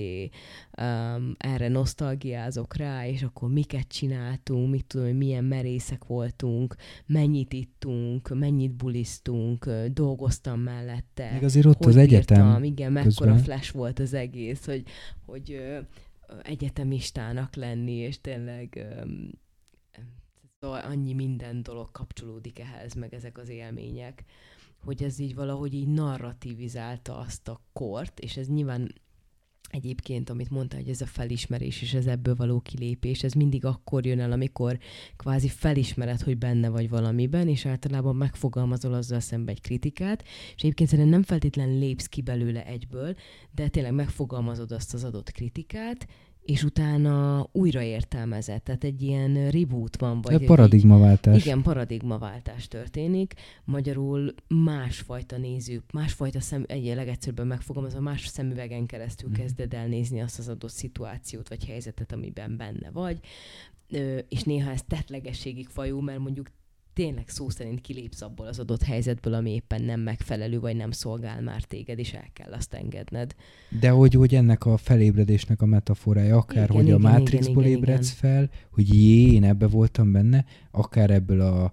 erre nosztalgiázok rá, és akkor miket csináltunk, mit tudom, milyen merészek voltunk, mennyit ittunk, mennyit bulisztunk, dolgoztam mellette. Még azért ott az egyetem. Igen, mekkora flash volt az egész, hogy egyetemistának lenni, és tényleg annyi minden dolog kapcsolódik ehhez, meg ezek az élmények, hogy ez így valahogy így narrativizálta azt a kort, és ez nyilván egyébként, amit mondta, hogy ez a felismerés és ez ebből való kilépés, ez mindig akkor jön el, amikor kvázi felismered, hogy benne vagy valamiben, és általában megfogalmazol azzal szemben egy kritikát, és egyébként szerintem nem feltétlenül lépsz ki belőle egyből, de tényleg megfogalmazod azt az adott kritikát, és utána újra értelmezett. Tehát egy ilyen reboot van. Vagy paradigmaváltás. Igen, paradigmaváltás történik. Magyarul másfajta egy legegyszerűbben megfogalmazva, más szemüvegen keresztül kezded el nézni azt az adott szituációt, vagy helyzetet, amiben benne vagy. És néha ez tettlegességig fajul, mert mondjuk tényleg szó szerint kilépsz abból az adott helyzetből, ami éppen nem megfelelő, vagy nem szolgál már téged, és el kell azt engedned. De hogy ennek a felébredésnek a metaforája, akár igen, hogy a Matrixból ébredsz fel, hogy én ebbe voltam benne, akár ebből a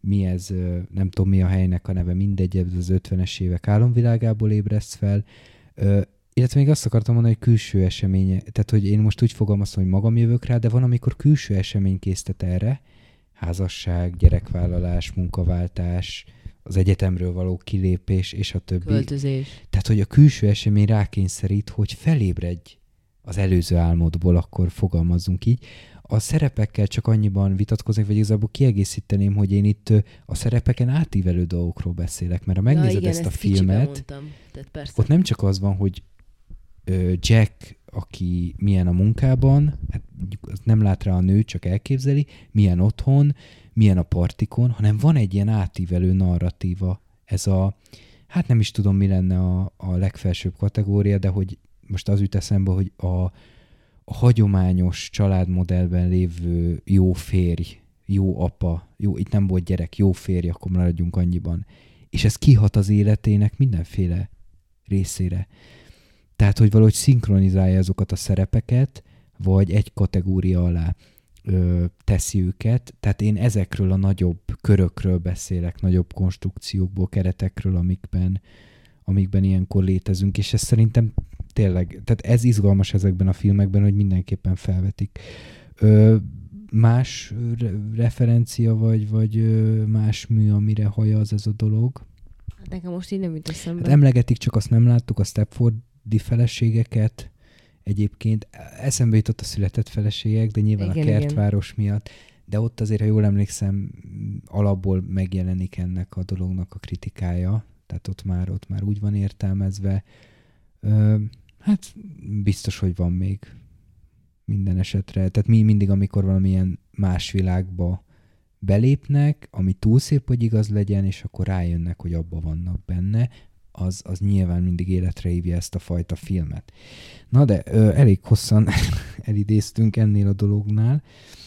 nem tudom mi a helynek a neve, mindegy, az 50-es évek álomvilágából ébredsz fel, illetve még azt akartam mondani, hogy külső eseménye, tehát hogy én most úgy fogalmazom, hogy magam jövök rá, de van, amikor külső esemény késztet erre, házasság, gyerekvállalás, munkaváltás, az egyetemről való kilépés, és a többi. Költözés. Tehát, hogy a külső esemény rákényszerít, hogy felébredj az előző álmodból, akkor fogalmazzunk így. A szerepekkel csak annyiban vitatkoznék, vagy igazából kiegészíteném, hogy én itt a szerepeken átívelő dolgokról beszélek, mert ha megnézed igen, ezt a filmet, ott nem csak az van, hogy Jack, aki milyen a munkában, hát nem lát rá a nő, csak elképzeli, milyen otthon, milyen a partikon, hanem van egy ilyen átívelő narratíva. Ez hát nem is tudom, mi lenne a legfelsőbb kategória, de hogy most az jut eszembe, hogy a hagyományos családmodellben lévő jó férj, jó apa, itt nem volt gyerek, jó férj, akkor maradjunk annyiban. És ez kihat az életének mindenféle részére. Tehát, hogy valahogy szinkronizálja azokat a szerepeket, vagy egy kategória alá teszi őket. Tehát én ezekről a nagyobb körökről beszélek, nagyobb konstrukciókból, keretekről, amikben ilyenkor létezünk, és ez szerintem tényleg, tehát ez izgalmas ezekben a filmekben, hogy mindenképpen felvetik. Más referencia, vagy más mű, amire hajaz ez a dolog? Nekem most így nem jut eszembe. Hát emlegetik, csak azt nem láttuk, a Stepfordi feleségeket. Egyébként eszembe jutott a Született feleségek, de nyilván igen, a Kertváros miatt. De ott azért, ha jól emlékszem, alapból megjelenik ennek a dolognak a kritikája. Tehát ott már úgy van értelmezve. Hát biztos, hogy van még minden esetre. Tehát mindig, amikor valamilyen más világba belépnek, ami túl szép, hogy igaz legyen, és akkor rájönnek, hogy abba vannak benne, az nyilván mindig életre hívja ezt a fajta filmet. Na de elég hosszan elidéztünk ennél a dolognál.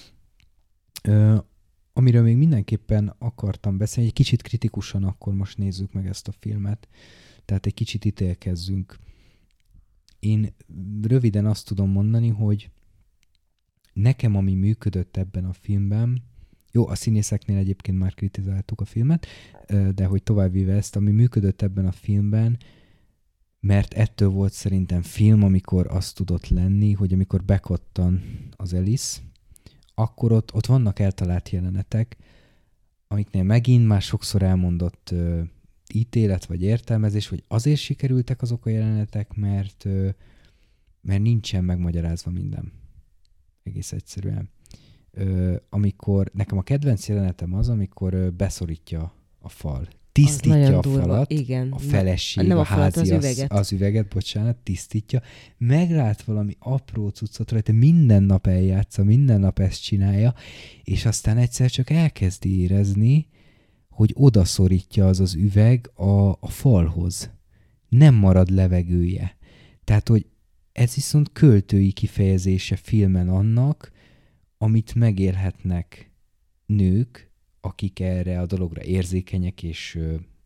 Amiről még mindenképpen akartam beszélni, egy kicsit kritikusan akkor most nézzük meg ezt a filmet, tehát egy kicsit ítélkezzünk. Én röviden azt tudom mondani, hogy nekem, ami működött ebben a filmben, jó, a színészeknél egyébként már kritizáltuk a filmet, de hogy továbbvéve ezt, ami működött ebben a filmben, mert ettől volt szerintem film, amikor azt tudott lenni, hogy amikor bekottan az Alice, akkor ott vannak eltalált jelenetek, amiknél megint már sokszor elmondott ítélet vagy értelmezés, hogy azért sikerültek azok a jelenetek, mert nincsen megmagyarázva minden. Egész egyszerűen. Amikor nekem a kedvenc jelenetem az, amikor beszorítja a fal. Tisztítja a falat, igen. A feleség, nem a házi, az üveget, bocsánat, tisztítja. Meglát valami apró cuccot rajta, minden nap eljátsza, minden nap ezt csinálja, és aztán egyszer csak elkezdi érezni, hogy odaszorítja az üveg a falhoz. Nem marad levegője. Tehát, hogy ez viszont költői kifejezése filmen annak, amit megélhetnek nők, akik erre a dologra érzékenyek, és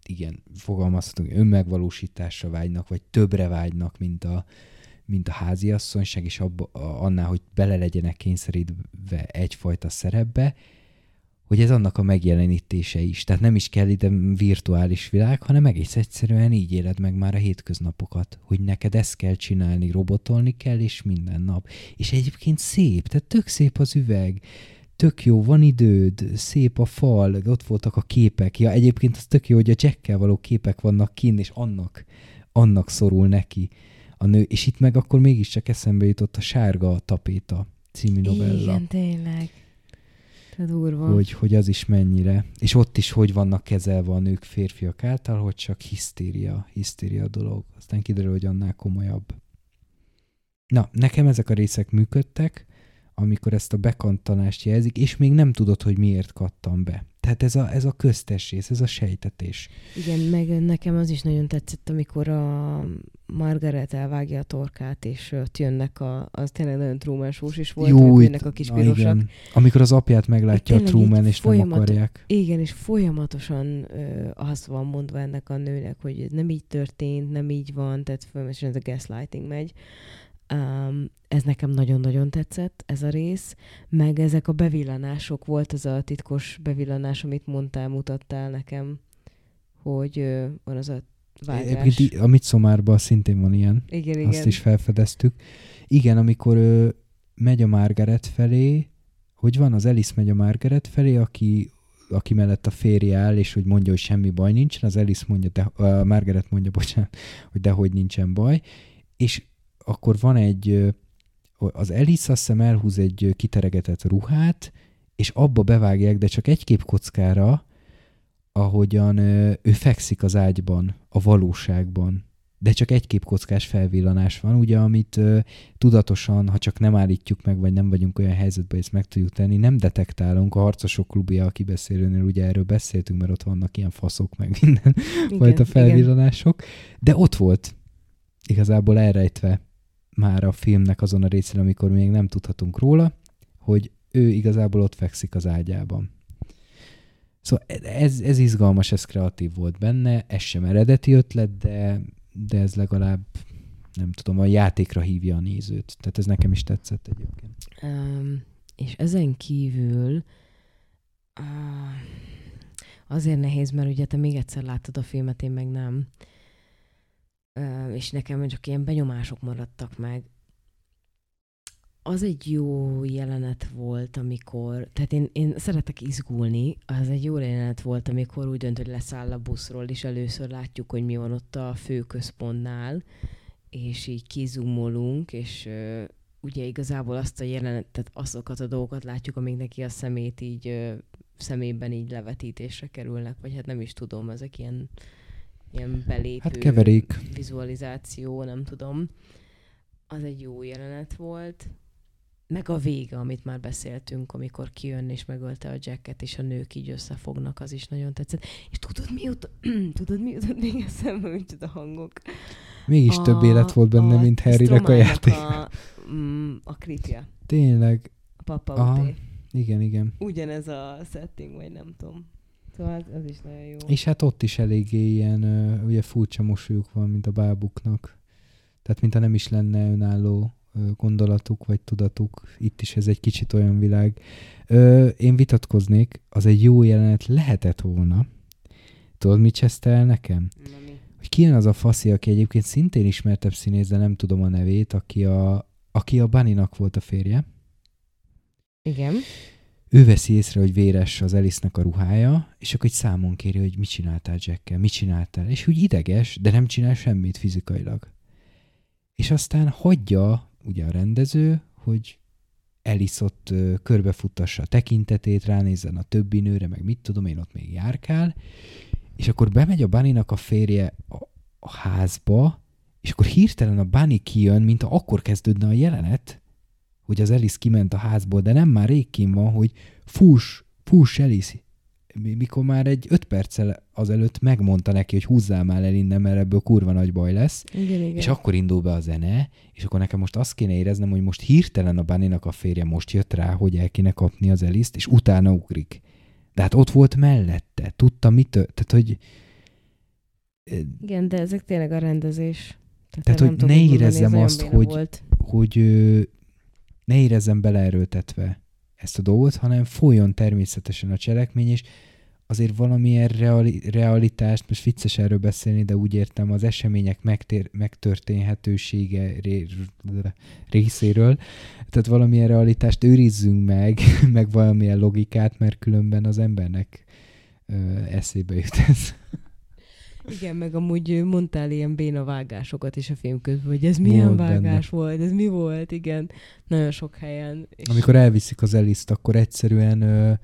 igen, fogalmazhatunk, önmegvalósításra vágynak, vagy többre vágynak, mint a háziasszonyság, és annál, hogy bele legyenek kényszerítve egyfajta szerepbe, hogy ez annak a megjelenítése is. Tehát nem is kell ide virtuális világ, hanem egész egyszerűen így éled meg már a hétköznapokat, hogy neked ezt kell csinálni, robotolni kell, és minden nap. És egyébként szép, tehát tök szép az üveg, tök jó, van időd, szép a fal, ott voltak a képek. Ja, egyébként az tök jó, hogy a Jackkel való képek vannak kinn, és annak szorul neki a nő. És itt meg akkor mégiscsak eszembe jutott a Sárga tapéta című novella. Igen, tényleg. Tehát durva. Hogy az is mennyire. És ott is hogy vannak kezelve a nők férfiak által, hogy csak hisztéria dolog. Aztán kiderül, hogy annál komolyabb. Na, nekem ezek a részek működtek, amikor ezt a bekantanást jelzik, és még nem tudod, hogy miért kattan be. Tehát ez a köztes rész, ez a sejtetés. Igen, meg nekem az is nagyon tetszett, amikor a Margaret elvágja a torkát, és ott jönnek az tényleg nagyon Truman Show-s is volt, hogy jönnek a kis pirosak. Igen. Amikor az apját meglátja a Truman, és nem akarják. Igen, és folyamatosan az van mondva ennek a nőnek, hogy ez nem így történt, nem így van, tehát folyamatosan ez a gaslighting megy. Ez nekem nagyon-nagyon tetszett, ez a rész, meg ezek a bevillanások, volt az a titkos bevillanás, amit mutattál nekem, hogy van az a vágás. A Midsommarban szintén van ilyen, igen. Azt is felfedeztük. Igen, amikor megy a Margaret felé, hogy van, az Alice megy a Margaret felé, aki mellett a férje áll, és hogy mondja, hogy semmi baj nincsen, az Alice mondja, a Margaret mondja, bocsánat, hogy dehogy nincsen baj, és akkor van az Alice azt hiszem elhúz egy kiteregetett ruhát, és abba bevágják, de csak egy képkockára, ahogyan ő fekszik az ágyban, a valóságban. De csak egy képkockás felvillanás van, ugye, amit tudatosan, ha csak nem állítjuk meg, vagy nem vagyunk olyan helyzetben, hogy ezt meg tudjuk tenni, nem detektálunk. A Harcosok klubja, a kibeszélőnél ugye erről beszéltünk, mert ott vannak ilyen faszok, meg minden fajta felvillanások. De ott volt igazából elrejtve már a filmnek azon a részén, amikor még nem tudhatunk róla, hogy ő igazából ott fekszik az ágyában. Szóval ez izgalmas, ez kreatív volt benne, ez sem eredeti ötlet, de ez legalább, nem tudom, a játékra hívja a nézőt. Tehát ez nekem is tetszett egyébként. És ezen kívül azért nehéz, mert ugye te még egyszer láttad a filmet, én meg nem. És nekem csak ilyen benyomások maradtak meg. Az egy jó jelenet volt, amikor, tehát én szeretek izgulni, az egy jó jelenet volt, amikor úgy dönt, hogy leszáll a buszról, és először látjuk, hogy mi van ott a főközpontnál, és így kizumolunk, és ugye igazából azt a jelenetet, azokat a dolgokat látjuk, amik neki a szemében így levetítésre kerülnek, vagy hát nem is tudom, ezek ilyen belépő keverék. Vizualizáció, nem tudom. Az egy jó jelenet volt. Meg a vége, amit már beszéltünk, amikor kijön és megölte a Jacket, és a nők így összefognak, az is nagyon tetszett. És tudod, mi jutott még eszembe, micsoda hangok? Mégis több élet volt benne, mint Harrynek a játék. A klipje. Tényleg. A Papa Uté. Igen. Ugyanez a setting, vagy nem tudom. Szóval az is nagyon jó. És hát ott is eléggé ilyen, ugye furcsa mosolyuk van, mint a bábuknak. Tehát, mintha nem is lenne önálló gondolatuk, vagy tudatuk. Itt is ez egy kicsit olyan világ. Én vitatkoznék, az egy jó jelenet lehetett volna. Tudod, mit cseszte el nekem? Hogy ki jön az a faszi, aki egyébként szintén ismertebb színész, de nem tudom a nevét, aki a Bunnynak volt a férje. Igen. Ő veszi észre, hogy véres az Alice-nek a ruhája, és akkor egy számon kéri, hogy mit csináltál Jackkel, mit csináltál. És úgy ideges, de nem csinál semmit fizikailag. És aztán hagyja ugye a rendező, hogy Alice ott körbefuttassa a tekintetét, ránézzen a többi nőre, meg mit tudom én, ott még járkál, és akkor bemegy a Bunnynak a férje a házba, és akkor hirtelen a Bunny kijön, mint akkor kezdődne a jelenet, hogy az Alice kiment a házból, de nem már rég kín van, hogy fuss Alice, mikor már egy 5 perccel azelőtt megmondta neki, hogy húzzál már el innen, mert ebből kurva nagy baj lesz. Igen. És akkor indul be a zene, és akkor nekem most azt kéne éreznem, hogy most hirtelen a Bunnynak a férje most jött rá, hogy el kéne kapni az Alice-t, és utána ugrik. De hát ott volt mellette, tudta mitől, tehát hogy Igen, de ezek tényleg a rendezés. Tehát hogy ne érezzem azt, hogy ne érezzem beleerőltetve ezt a dolgot, hanem folyjon természetesen a cselekmény, és azért valamilyen realitást, most vicces erről beszélni, de úgy értem az események megtörténhetősége részéről, tehát valamilyen realitást őrizzünk meg, meg valamilyen logikát, mert különben az embernek eszébe jut ez. Igen, meg amúgy mondtál ilyen béna vágásokat is a film közben, hogy ez milyen vágás volt, ez mi volt, igen, nagyon sok helyen. És amikor elviszik az Alice-t, akkor egyszerűen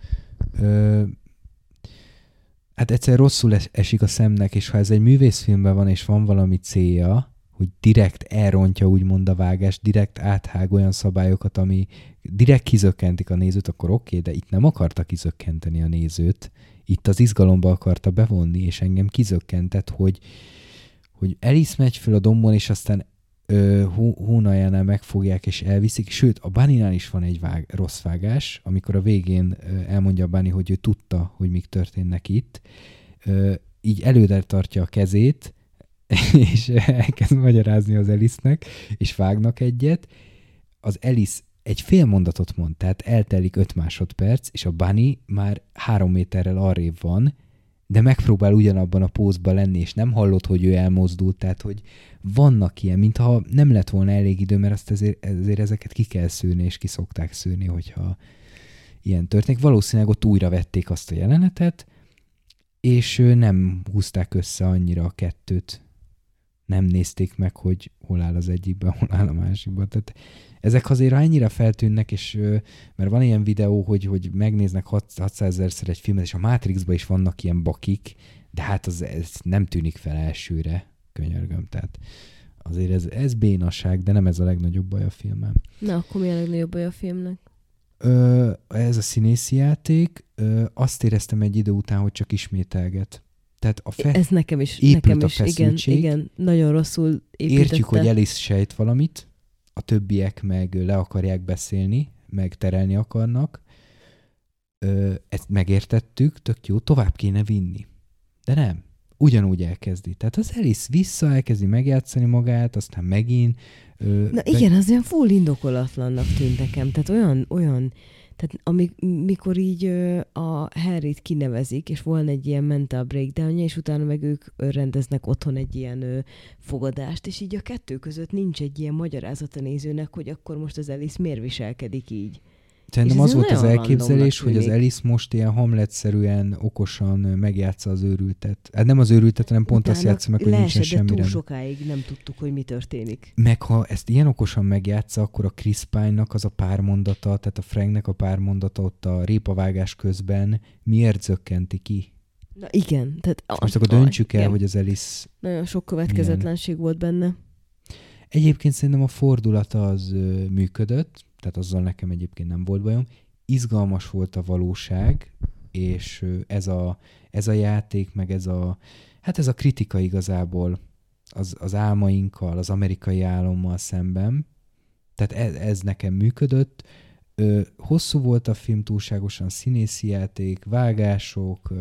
hát egyszer rosszul esik a szemnek, és ha ez egy művészfilmben van, és van valami célja, hogy direkt elrontja úgymond a vágást, direkt áthág olyan szabályokat, ami direkt kizökkentik a nézőt, akkor oké, de itt nem akarta kizökkenteni a nézőt. Itt az izgalomba akarta bevonni, és engem kizökkentett, hogy Alice megy föl a dombon, és aztán hónaljánál megfogják, és elviszik. Sőt, a Bunny-nál is van egy rossz vágás, amikor a végén elmondja a Bunny, hogy ő tudta, hogy mik történnek itt. Így előre tartja a kezét, és elkezd magyarázni az Alice-nek, és vágnak egyet. Az Alice egy fél mondatot mond, tehát eltelik 5 másodperc, és a Bunny már 3 méterrel arrébb van, de megpróbál ugyanabban a pózban lenni, és nem hallott, hogy ő elmozdult, tehát hogy vannak ilyen, mintha nem lett volna elég idő, mert azt ezért ezeket ki kell szűrni, és ki szokták szűrni, hogyha ilyen történik. Valószínűleg ott újra vették azt a jelenetet, és nem húzták össze annyira a kettőt. Nem nézték meg, hogy hol áll az egyikben, hol áll a másikban. Tehát ezek azért annyira feltűnnek, és mert van ilyen videó, hogy megnéznek 600 000-szer egy filmet, és a Matrixban is vannak ilyen bakik, de hát ez nem tűnik fel elsőre, könyörgöm. Tehát azért ez bénaság, de nem ez a legnagyobb baj a filmem. Na, akkor mi a legnagyobb baj a filmnek? Ez a színészi játék, azt éreztem egy idő után, hogy csak ismételget. Tehát ez nekem is, igen, nagyon rosszul építette. Értjük, hogy Alice sejt valamit, a többiek meg le akarják beszélni, meg terelni akarnak. Ezt megértettük, tök jó, tovább kéne vinni. De nem, ugyanúgy elkezdi. Tehát az Alice elkezdi megjátszani magát, aztán megint... igen, az olyan full indokolatlannak tűnt nekem. Tehát olyan tehát mikor így a Harryt kinevezik, és volna egy ilyen mental breakdownja, és utána meg ők rendeznek otthon egy ilyen fogadást, és így a kettő között nincs egy ilyen magyarázat a nézőnek, hogy akkor most az Alice miért viselkedik így. Szerintem az volt az elképzelés, hogy az Alice most ilyen Hamlet-szerűen okosan megjátsza az őrültet. Hát nem az őrültet, hanem pont azt játsza meg, hogy nincsen semmi rend. Túl sokáig nem tudtuk, hogy mi történik. Meg ha ezt ilyen okosan megjátsza, akkor a Chris Pine-nak az a pármondata, tehát a Franknek a pármondata ott a répavágás közben miért zökkenti ki? Na igen. Tehát most akkor döntsük el, hogy az Alice... Nagyon sok következetlenség volt benne. Egyébként szerintem a fordulata az működött, tehát azzal nekem egyébként nem volt bajom. Izgalmas volt a valóság, és ez a játék, meg ez a kritika igazából az álmainkkal, az amerikai álommal szemben. Tehát ez nekem működött. Hosszú volt a film, túlságosan színészi játék, vágások,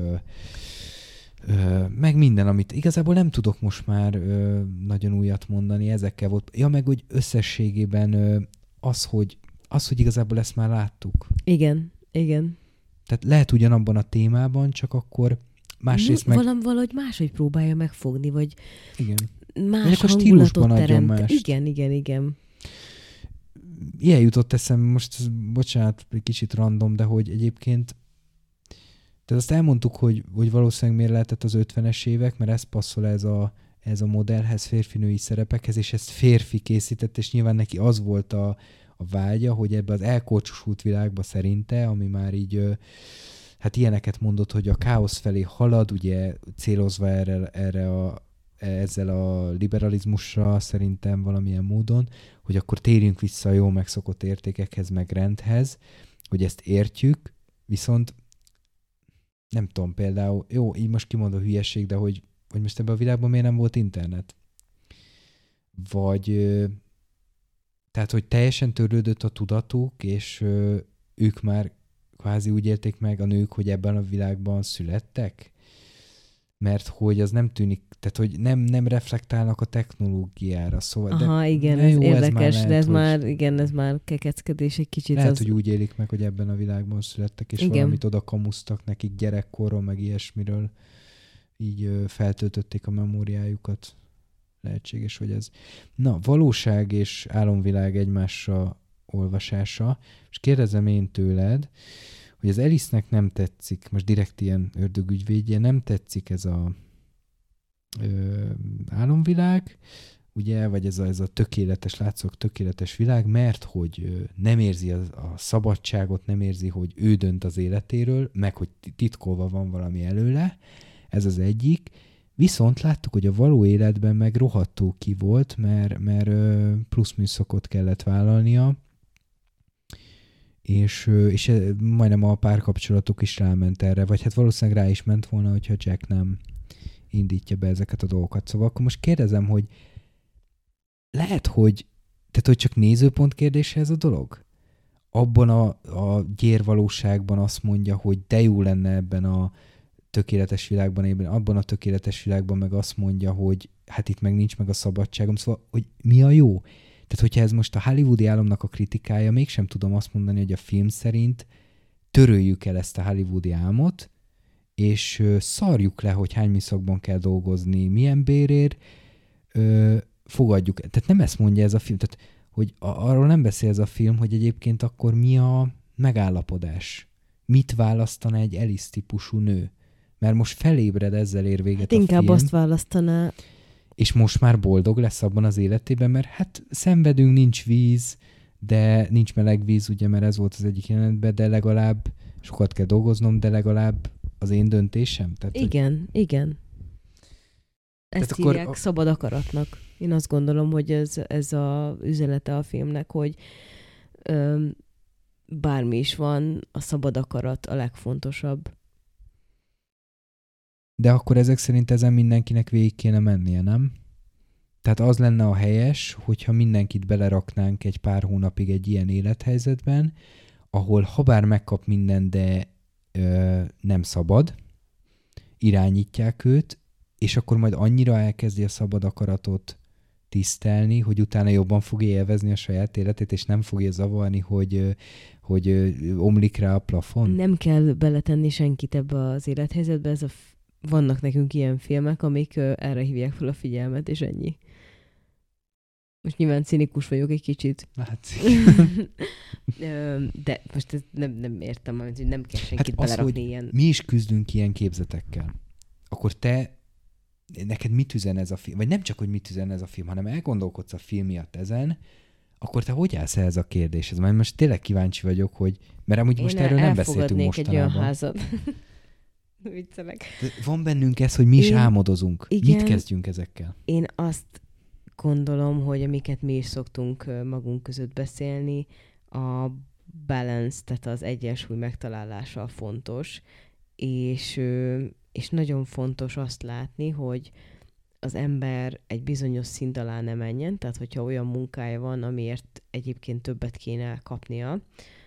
meg minden, amit igazából nem tudok most már nagyon újat mondani, ezekkel volt. Ja, meg úgy összességében az, hogy igazából ezt már láttuk. Igen. Tehát lehet ugyanabban a témában, csak akkor másrészt meg... Valahogy máshogy próbálja megfogni, vagy igen. más hangulatot teremt. Igen. Ilyen jutott eszem, most bocsánat, egy kicsit random, de hogy egyébként tehát azt elmondtuk, hogy valószínűleg miért lehetett az 50-es évek, mert ez passzol ez a modellhez, férfinői szerepekhez, és ezt férfi készített, és nyilván neki az volt a vágya, hogy ebbe az elkocsosult világba szerinte, ami már így, hát ilyeneket mondott, hogy a káosz felé halad, ugye célozva ezzel a liberalizmusra szerintem valamilyen módon, hogy akkor térjünk vissza a jó megszokott értékekhez, meg rendhez, hogy ezt értjük, viszont nem tudom, például, jó, így most kimondom hülyeség, de hogy most ebben a világban miért nem volt internet? Vagy tehát, hogy teljesen törlődött a tudatuk, és ők már kvázi úgy élték meg a nők, hogy ebben a világban születtek? Mert hogy az nem tűnik Tehát, hogy nem reflektálnak a technológiára. Szóval, aha, igen, ez jó, érdekes, ez már kekeckedés egy kicsit. Lehet, hogy úgy élik meg, hogy ebben a világban születtek, és igen, valamit oda kamusztak nekik gyerekkorról, meg ilyesmiről. Így feltöltötték a memóriájukat. Lehetséges, hogy ez. Na, valóság és álomvilág egymásra olvasása. És kérdezem én tőled, hogy az Alice-nek nem tetszik, most direkt ilyen ördögügyvédje, nem tetszik ez a álomvilág, ugye, vagy ez a tökéletes, látszólag tökéletes világ, mert hogy nem érzi a szabadságot, nem érzi, hogy ő dönt az életéről, meg hogy titkolva van valami előle, ez az egyik. Viszont láttuk, hogy a való életben meg rohadtul ki volt, mert plusz műszakot kellett vállalnia, és majdnem a párkapcsolatok is ráment erre, vagy hát valószínűleg rá is ment volna, hogyha Jack nem indítja be ezeket a dolgokat. Szóval akkor most kérdezem, hogy lehet, hogy csak nézőpont kérdése ez a dolog? Abban a gyérvalóságban azt mondja, hogy de jó lenne ebben a tökéletes világban, abban a tökéletes világban meg azt mondja, hogy hát itt meg nincs meg a szabadságom. Szóval, hogy mi a jó? Tehát, hogyha ez most a hollywoodi álomnak a kritikája, mégsem tudom azt mondani, hogy a film szerint töröljük el ezt a hollywoodi álmot, és szarjuk le, hogy hány műszakban kell dolgozni, milyen bérért, fogadjuk. Tehát nem ezt mondja ez a film, tehát, hogy arról nem beszél ez a film, hogy egyébként akkor mi a megállapodás. Mit választana egy Alice típusú nő? Mert most felébred, ezzel ér véget hát a film. inkább azt választaná. És most már boldog lesz abban az életében, mert hát szenvedünk, nincs víz, de nincs meleg víz, ugye, mert ez volt az egyik jelenetben, de legalább sokat kell dolgoznom, de legalább az én döntésem. Tehát, igen, igen. Ezt hívják szabad akaratnak. Én azt gondolom, hogy ez a üzenete a filmnek, hogy bármi is van, a szabad akarat a legfontosabb. De akkor ezek szerint ezen mindenkinek végig kéne mennie, nem? Tehát az lenne a helyes, hogyha mindenkit beleraknánk egy pár hónapig egy ilyen élethelyzetben, ahol habár megkap minden, de nem szabad, irányítják őt, és akkor majd annyira elkezdi a szabad akaratot tisztelni, hogy utána jobban fogja élvezni a saját életét, és nem fogja zavarni, hogy omlik rá a plafon. Nem kell beletenni senkit ebbe az élethelyzetbe, vannak nekünk ilyen filmek, amik erre hívják fel a figyelmet, és ennyi. Most nyilván cinikus vagyok egy kicsit. Látszik. De most nem értem, hogy nem kell senkit belerakni ilyen. Mi is küzdünk ilyen képzetekkel. Akkor neked mit üzen ez a film? Vagy nem csak, hogy mit üzen ez a film, hanem elgondolkodsz a film miatt ezen, akkor te hogy állsz ez a kérdéshez? Mert most tényleg kíváncsi vagyok, hogy... Mert amúgy most erről nem beszéltünk mostanában. Egy olyan házat. Viccelek. De van bennünk ez, hogy mi is álmodozunk. Igen, mit kezdjünk ezekkel? Én azt gondolom, hogy amiket mi is szoktunk magunk között beszélni, a balance, tehát az egyensúly megtalálása fontos, és nagyon fontos azt látni, hogy az ember egy bizonyos szint alá ne menjen, tehát hogyha olyan munkája van, amiért egyébként többet kéne kapnia,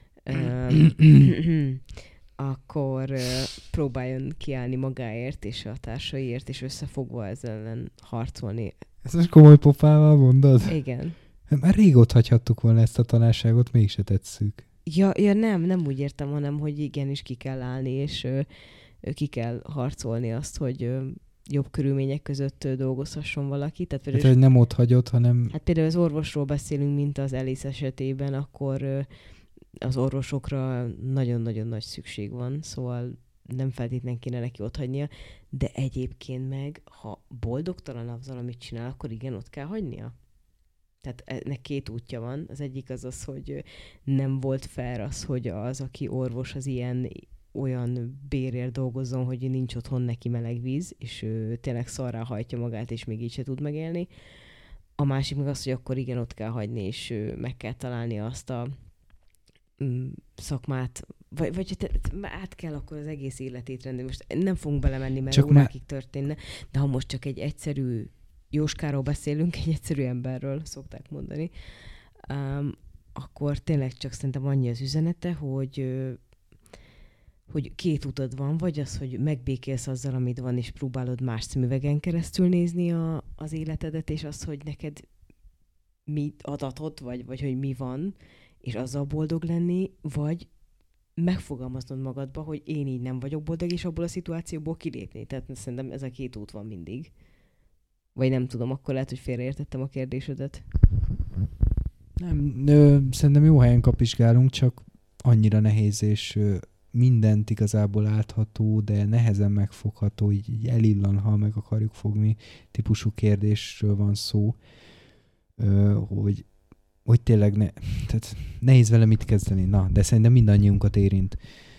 akkor próbáljon kiállni magáért és a társaiért, és összefogva ezzel ellen harcolni. Ezt most komoly pofával mondod? Igen. Már rég ott hagyhattuk volna ezt a tanárságot, mégse tetszük. Ja, nem úgy értem, hanem, hogy igenis ki kell állni, és ki kell harcolni azt, hogy jobb körülmények között dolgozhasson valaki. Tehát például, hogy nem ott hagyott, hanem... Hát például az orvosról beszélünk, mint az Alice esetében, akkor az orvosokra nagyon-nagyon nagy szükség van, szóval nem feltétlenül kéne neki otthagynia, de egyébként meg, ha boldogtalan azzal, amit csinál, akkor igen, ott kell hagynia. Tehát ennek két útja van. Az egyik az, hogy nem volt fair az, hogy az, aki orvos, az olyan bérért dolgozzon, hogy nincs otthon neki meleg víz, és ő tényleg szarrá hajtja magát, és még így se tud megélni. A másik meg az, hogy akkor igen, ott kell hagyni, és meg kell találni azt a szakmát, vagy át kell akkor az egész életét rendelni. Most nem fogunk belemenni, mert órákig történne, de ha most csak egy egyszerű Jóskáról beszélünk, egy egyszerű emberről, szokták mondani, akkor tényleg csak szerintem annyi az üzenete, hogy hogy két utad van, vagy az, hogy megbékélsz azzal, amit van, és próbálod más szemüvegen keresztül nézni az életedet, és az, hogy neked mi adatod, vagy hogy mi van, és azzal boldog lenni, vagy megfogalmaznod magadba, hogy én így nem vagyok boldog, és abból a szituációból kilépni. Tehát szerintem ez a két út van mindig. Vagy nem tudom, akkor lehet, hogy félreértettem a kérdésedet. Nem, szerintem jó helyen kapizsgálunk, csak annyira nehéz, és mindent igazából látható, de nehezen megfogható, így elillan, ha meg akarjuk fogni, típusú kérdésről van szó, hogy tényleg tehát nehéz vele mit kezdeni. Na, de szerintem mindannyiunkat érint.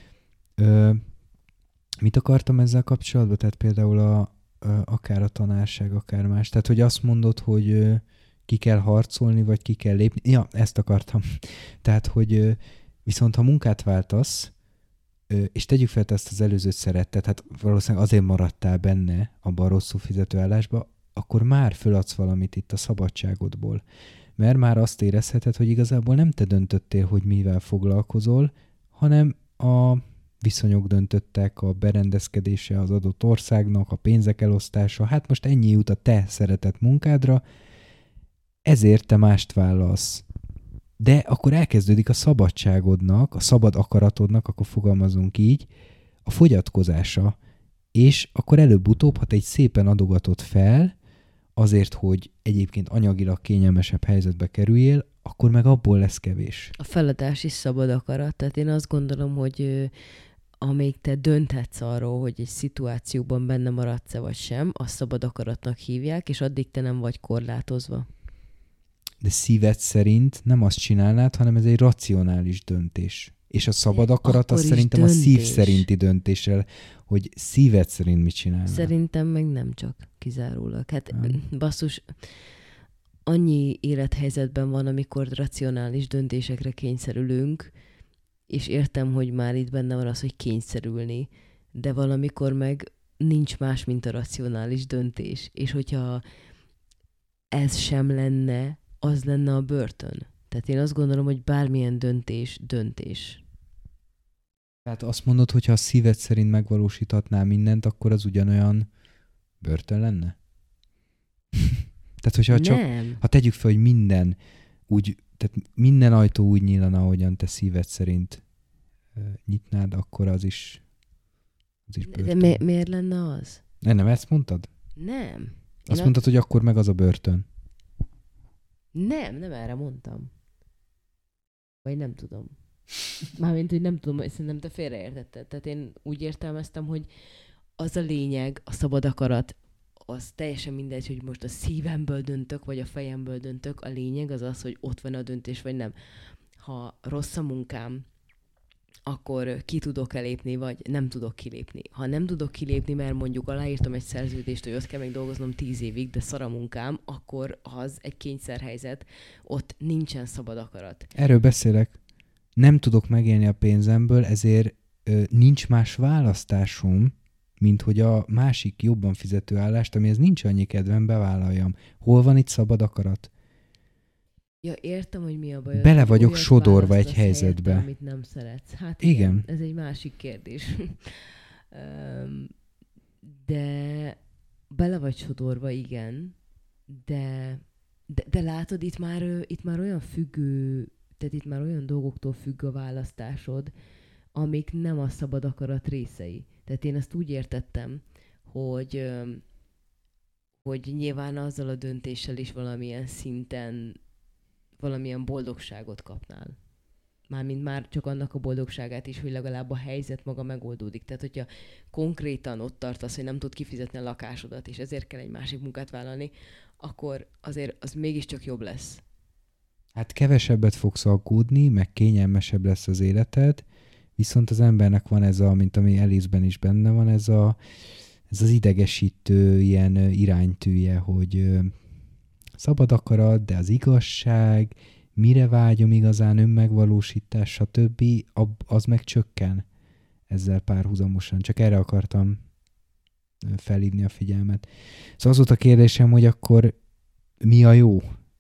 Mit akartam ezzel kapcsolatban? Tehát például akár a tanárság, akár más. Tehát, hogy azt mondod, hogy ki kell harcolni, vagy ki kell lépni. Ja, ezt akartam. Tehát, hogy viszont ha munkát váltasz, és tegyük fel, ezt az előzőt szeretted, hát valószínűleg azért maradtál benne abban a rosszul fizető állásba, akkor már föladsz valamit itt a szabadságodból. Mert már azt érezheted, hogy igazából nem te döntöttél, hogy mivel foglalkozol, hanem a viszonyok döntöttek, a berendezkedése az adott országnak, a pénzek elosztása. Hát most ennyi jut a te szeretett munkádra, ezért te mást válasz. De akkor elkezdődik a szabadságodnak, a szabad akaratodnak, akkor fogalmazunk így, a fogyatkozása. És akkor előbb-utóbb, ha te egy szépen adogatod fel, azért, hogy egyébként anyagilag kényelmesebb helyzetbe kerüljél, akkor meg abból lesz kevés. A feladás is szabad akarat. Tehát én azt gondolom, hogy amíg te dönthetsz arról, hogy egy szituációban benne maradsz-e vagy sem, azt szabad akaratnak hívják, és addig te nem vagy korlátozva. De szíved szerint nem azt csinálnád, hanem ez egy racionális döntés. És a szabad akarat az szerintem döntés. A szív szerinti döntéssel, hogy szíved szerint mit csinálnál. Szerintem meg nem csak kizárólag. Hát basszus, annyi élethelyzetben van, amikor racionális döntésekre kényszerülünk, és értem, hogy már itt benne van az, hogy kényszerülni, de valamikor meg nincs más, mint a racionális döntés. És hogyha ez sem lenne, az lenne a börtön. Tehát én azt gondolom, hogy bármilyen döntés. Tehát azt mondod, hogy ha a szíved szerint megvalósíthatnál mindent, akkor az ugyanolyan börtön lenne? Tehát, hogyha csak, ha tegyük fel, hogy minden úgy, tehát minden ajtó úgy nyílana, ahogyan te szíved szerint nyitnád, akkor az is börtön. De miért lenne az? Nem ezt mondtad? Nem. Azt mondtad, hogy akkor meg az a börtön. Nem erre mondtam. Vagy nem tudom. Mármint, hogy nem tudom, szerintem te félreértetted. Tehát én úgy értelmeztem, hogy az a lényeg, a szabad akarat, az teljesen mindegy, hogy most a szívemből döntök, vagy a fejemből döntök. A lényeg az az, hogy ott van a döntés, vagy nem. Ha rossz a munkám, akkor ki tudok elépni, vagy nem tudok kilépni. Ha nem tudok kilépni, mert mondjuk aláírtam egy szerződést, hogy ott kell még dolgoznom 10 évig, de szar a munkám, akkor az egy kényszerhelyzet, ott nincsen szabad akarat. Erről beszélek. Nem tudok megélni a pénzemből, ezért nincs más választásom, mint hogy a másik jobban fizető állást, amihez nincs annyi kedvem, bevállaljam. Hol van itt szabad akarat? Ja, értem, hogy mi a baj. Bele vagyok sodorva egy helyzetbe. Helyette, amit nem szeretsz. Hát igen. Ez egy másik kérdés. De bele vagy sodorva, igen. De látod, itt már olyan függő, tehát itt már olyan dolgoktól függ a választásod, amik nem a szabad akarat részei. Tehát én ezt úgy értettem, hogy nyilván azzal a döntéssel is valamilyen szinten valamilyen boldogságot kapnál. Mármint már csak annak a boldogságát is, hogy legalább a helyzet maga megoldódik. Tehát, hogyha konkrétan ott tartasz, hogy nem tud kifizetni a lakásodat, és ezért kell egy másik munkát vállalni, akkor azért az mégiscsak jobb lesz. Hát kevesebbet fogsz aggódni, meg kényelmesebb lesz az életed, viszont az embernek van ez mint ami Alice-ben is benne van, ez az idegesítő ilyen iránytűje, hogy szabad akarat, de az igazság, mire vágyom igazán, önmegvalósítás, stb. Az meg csökken ezzel párhuzamosan. Csak erre akartam felhívni a figyelmet. Szóval az volt a kérdésem, hogy akkor mi a jó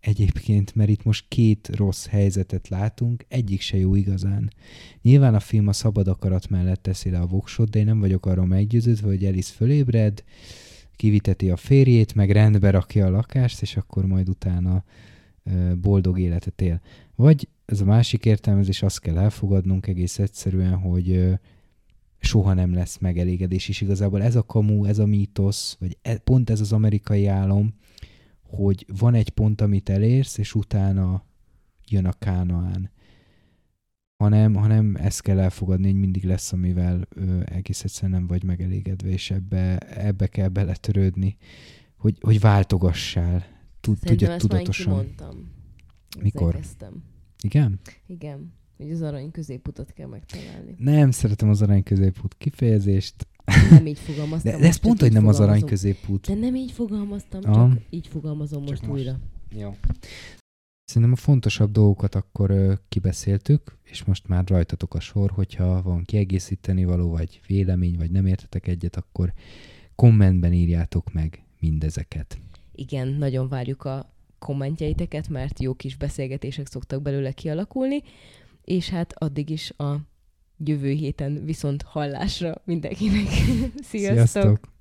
egyébként, mert itt most 2 rossz helyzetet látunk, egyik se jó igazán. Nyilván a film a szabad akarat mellett teszi le a voksot, de én nem vagyok arról meggyőződve, hogy Alice fölébred, kiviteti a férjét, meg rendbe rakja a lakást, és akkor majd utána boldog életet él. Vagy ez a másik értelmezés, azt kell elfogadnunk egész egyszerűen, hogy soha nem lesz megelégedés, és igazából ez a kamu, ez a mítosz, vagy pont ez az amerikai álom, hogy van egy pont, amit elérsz, és utána jön a Kánaán. Hanem ezt kell elfogadni, hogy mindig lesz, amivel egész egyszerűen nem vagy megelégedve, és ebbe kell beletörődni, hogy váltogassál. Tudja tudatosan. Mondtam. Mikor? Igen? Igen. Hogy az arany középutat kell megtalálni. Nem szeretem az arany középút kifejezést. Nem így fogalmaztam. De ez pont, hogy nem az arany középút. De nem így fogalmaztam, csak így fogalmazom most újra. Jó. Szerintem a fontosabb dolgokat akkor kibeszéltük, és most már rajtatok a sor, hogyha van kiegészíteni való, vagy vélemény, vagy nem értetek egyet, akkor kommentben írjátok meg mindezeket. Igen, nagyon várjuk a kommentjeiteket, mert jó kis beszélgetések szoktak belőle kialakulni, és hát addig is a jövő héten viszont hallásra mindenkinek. Sziasztok!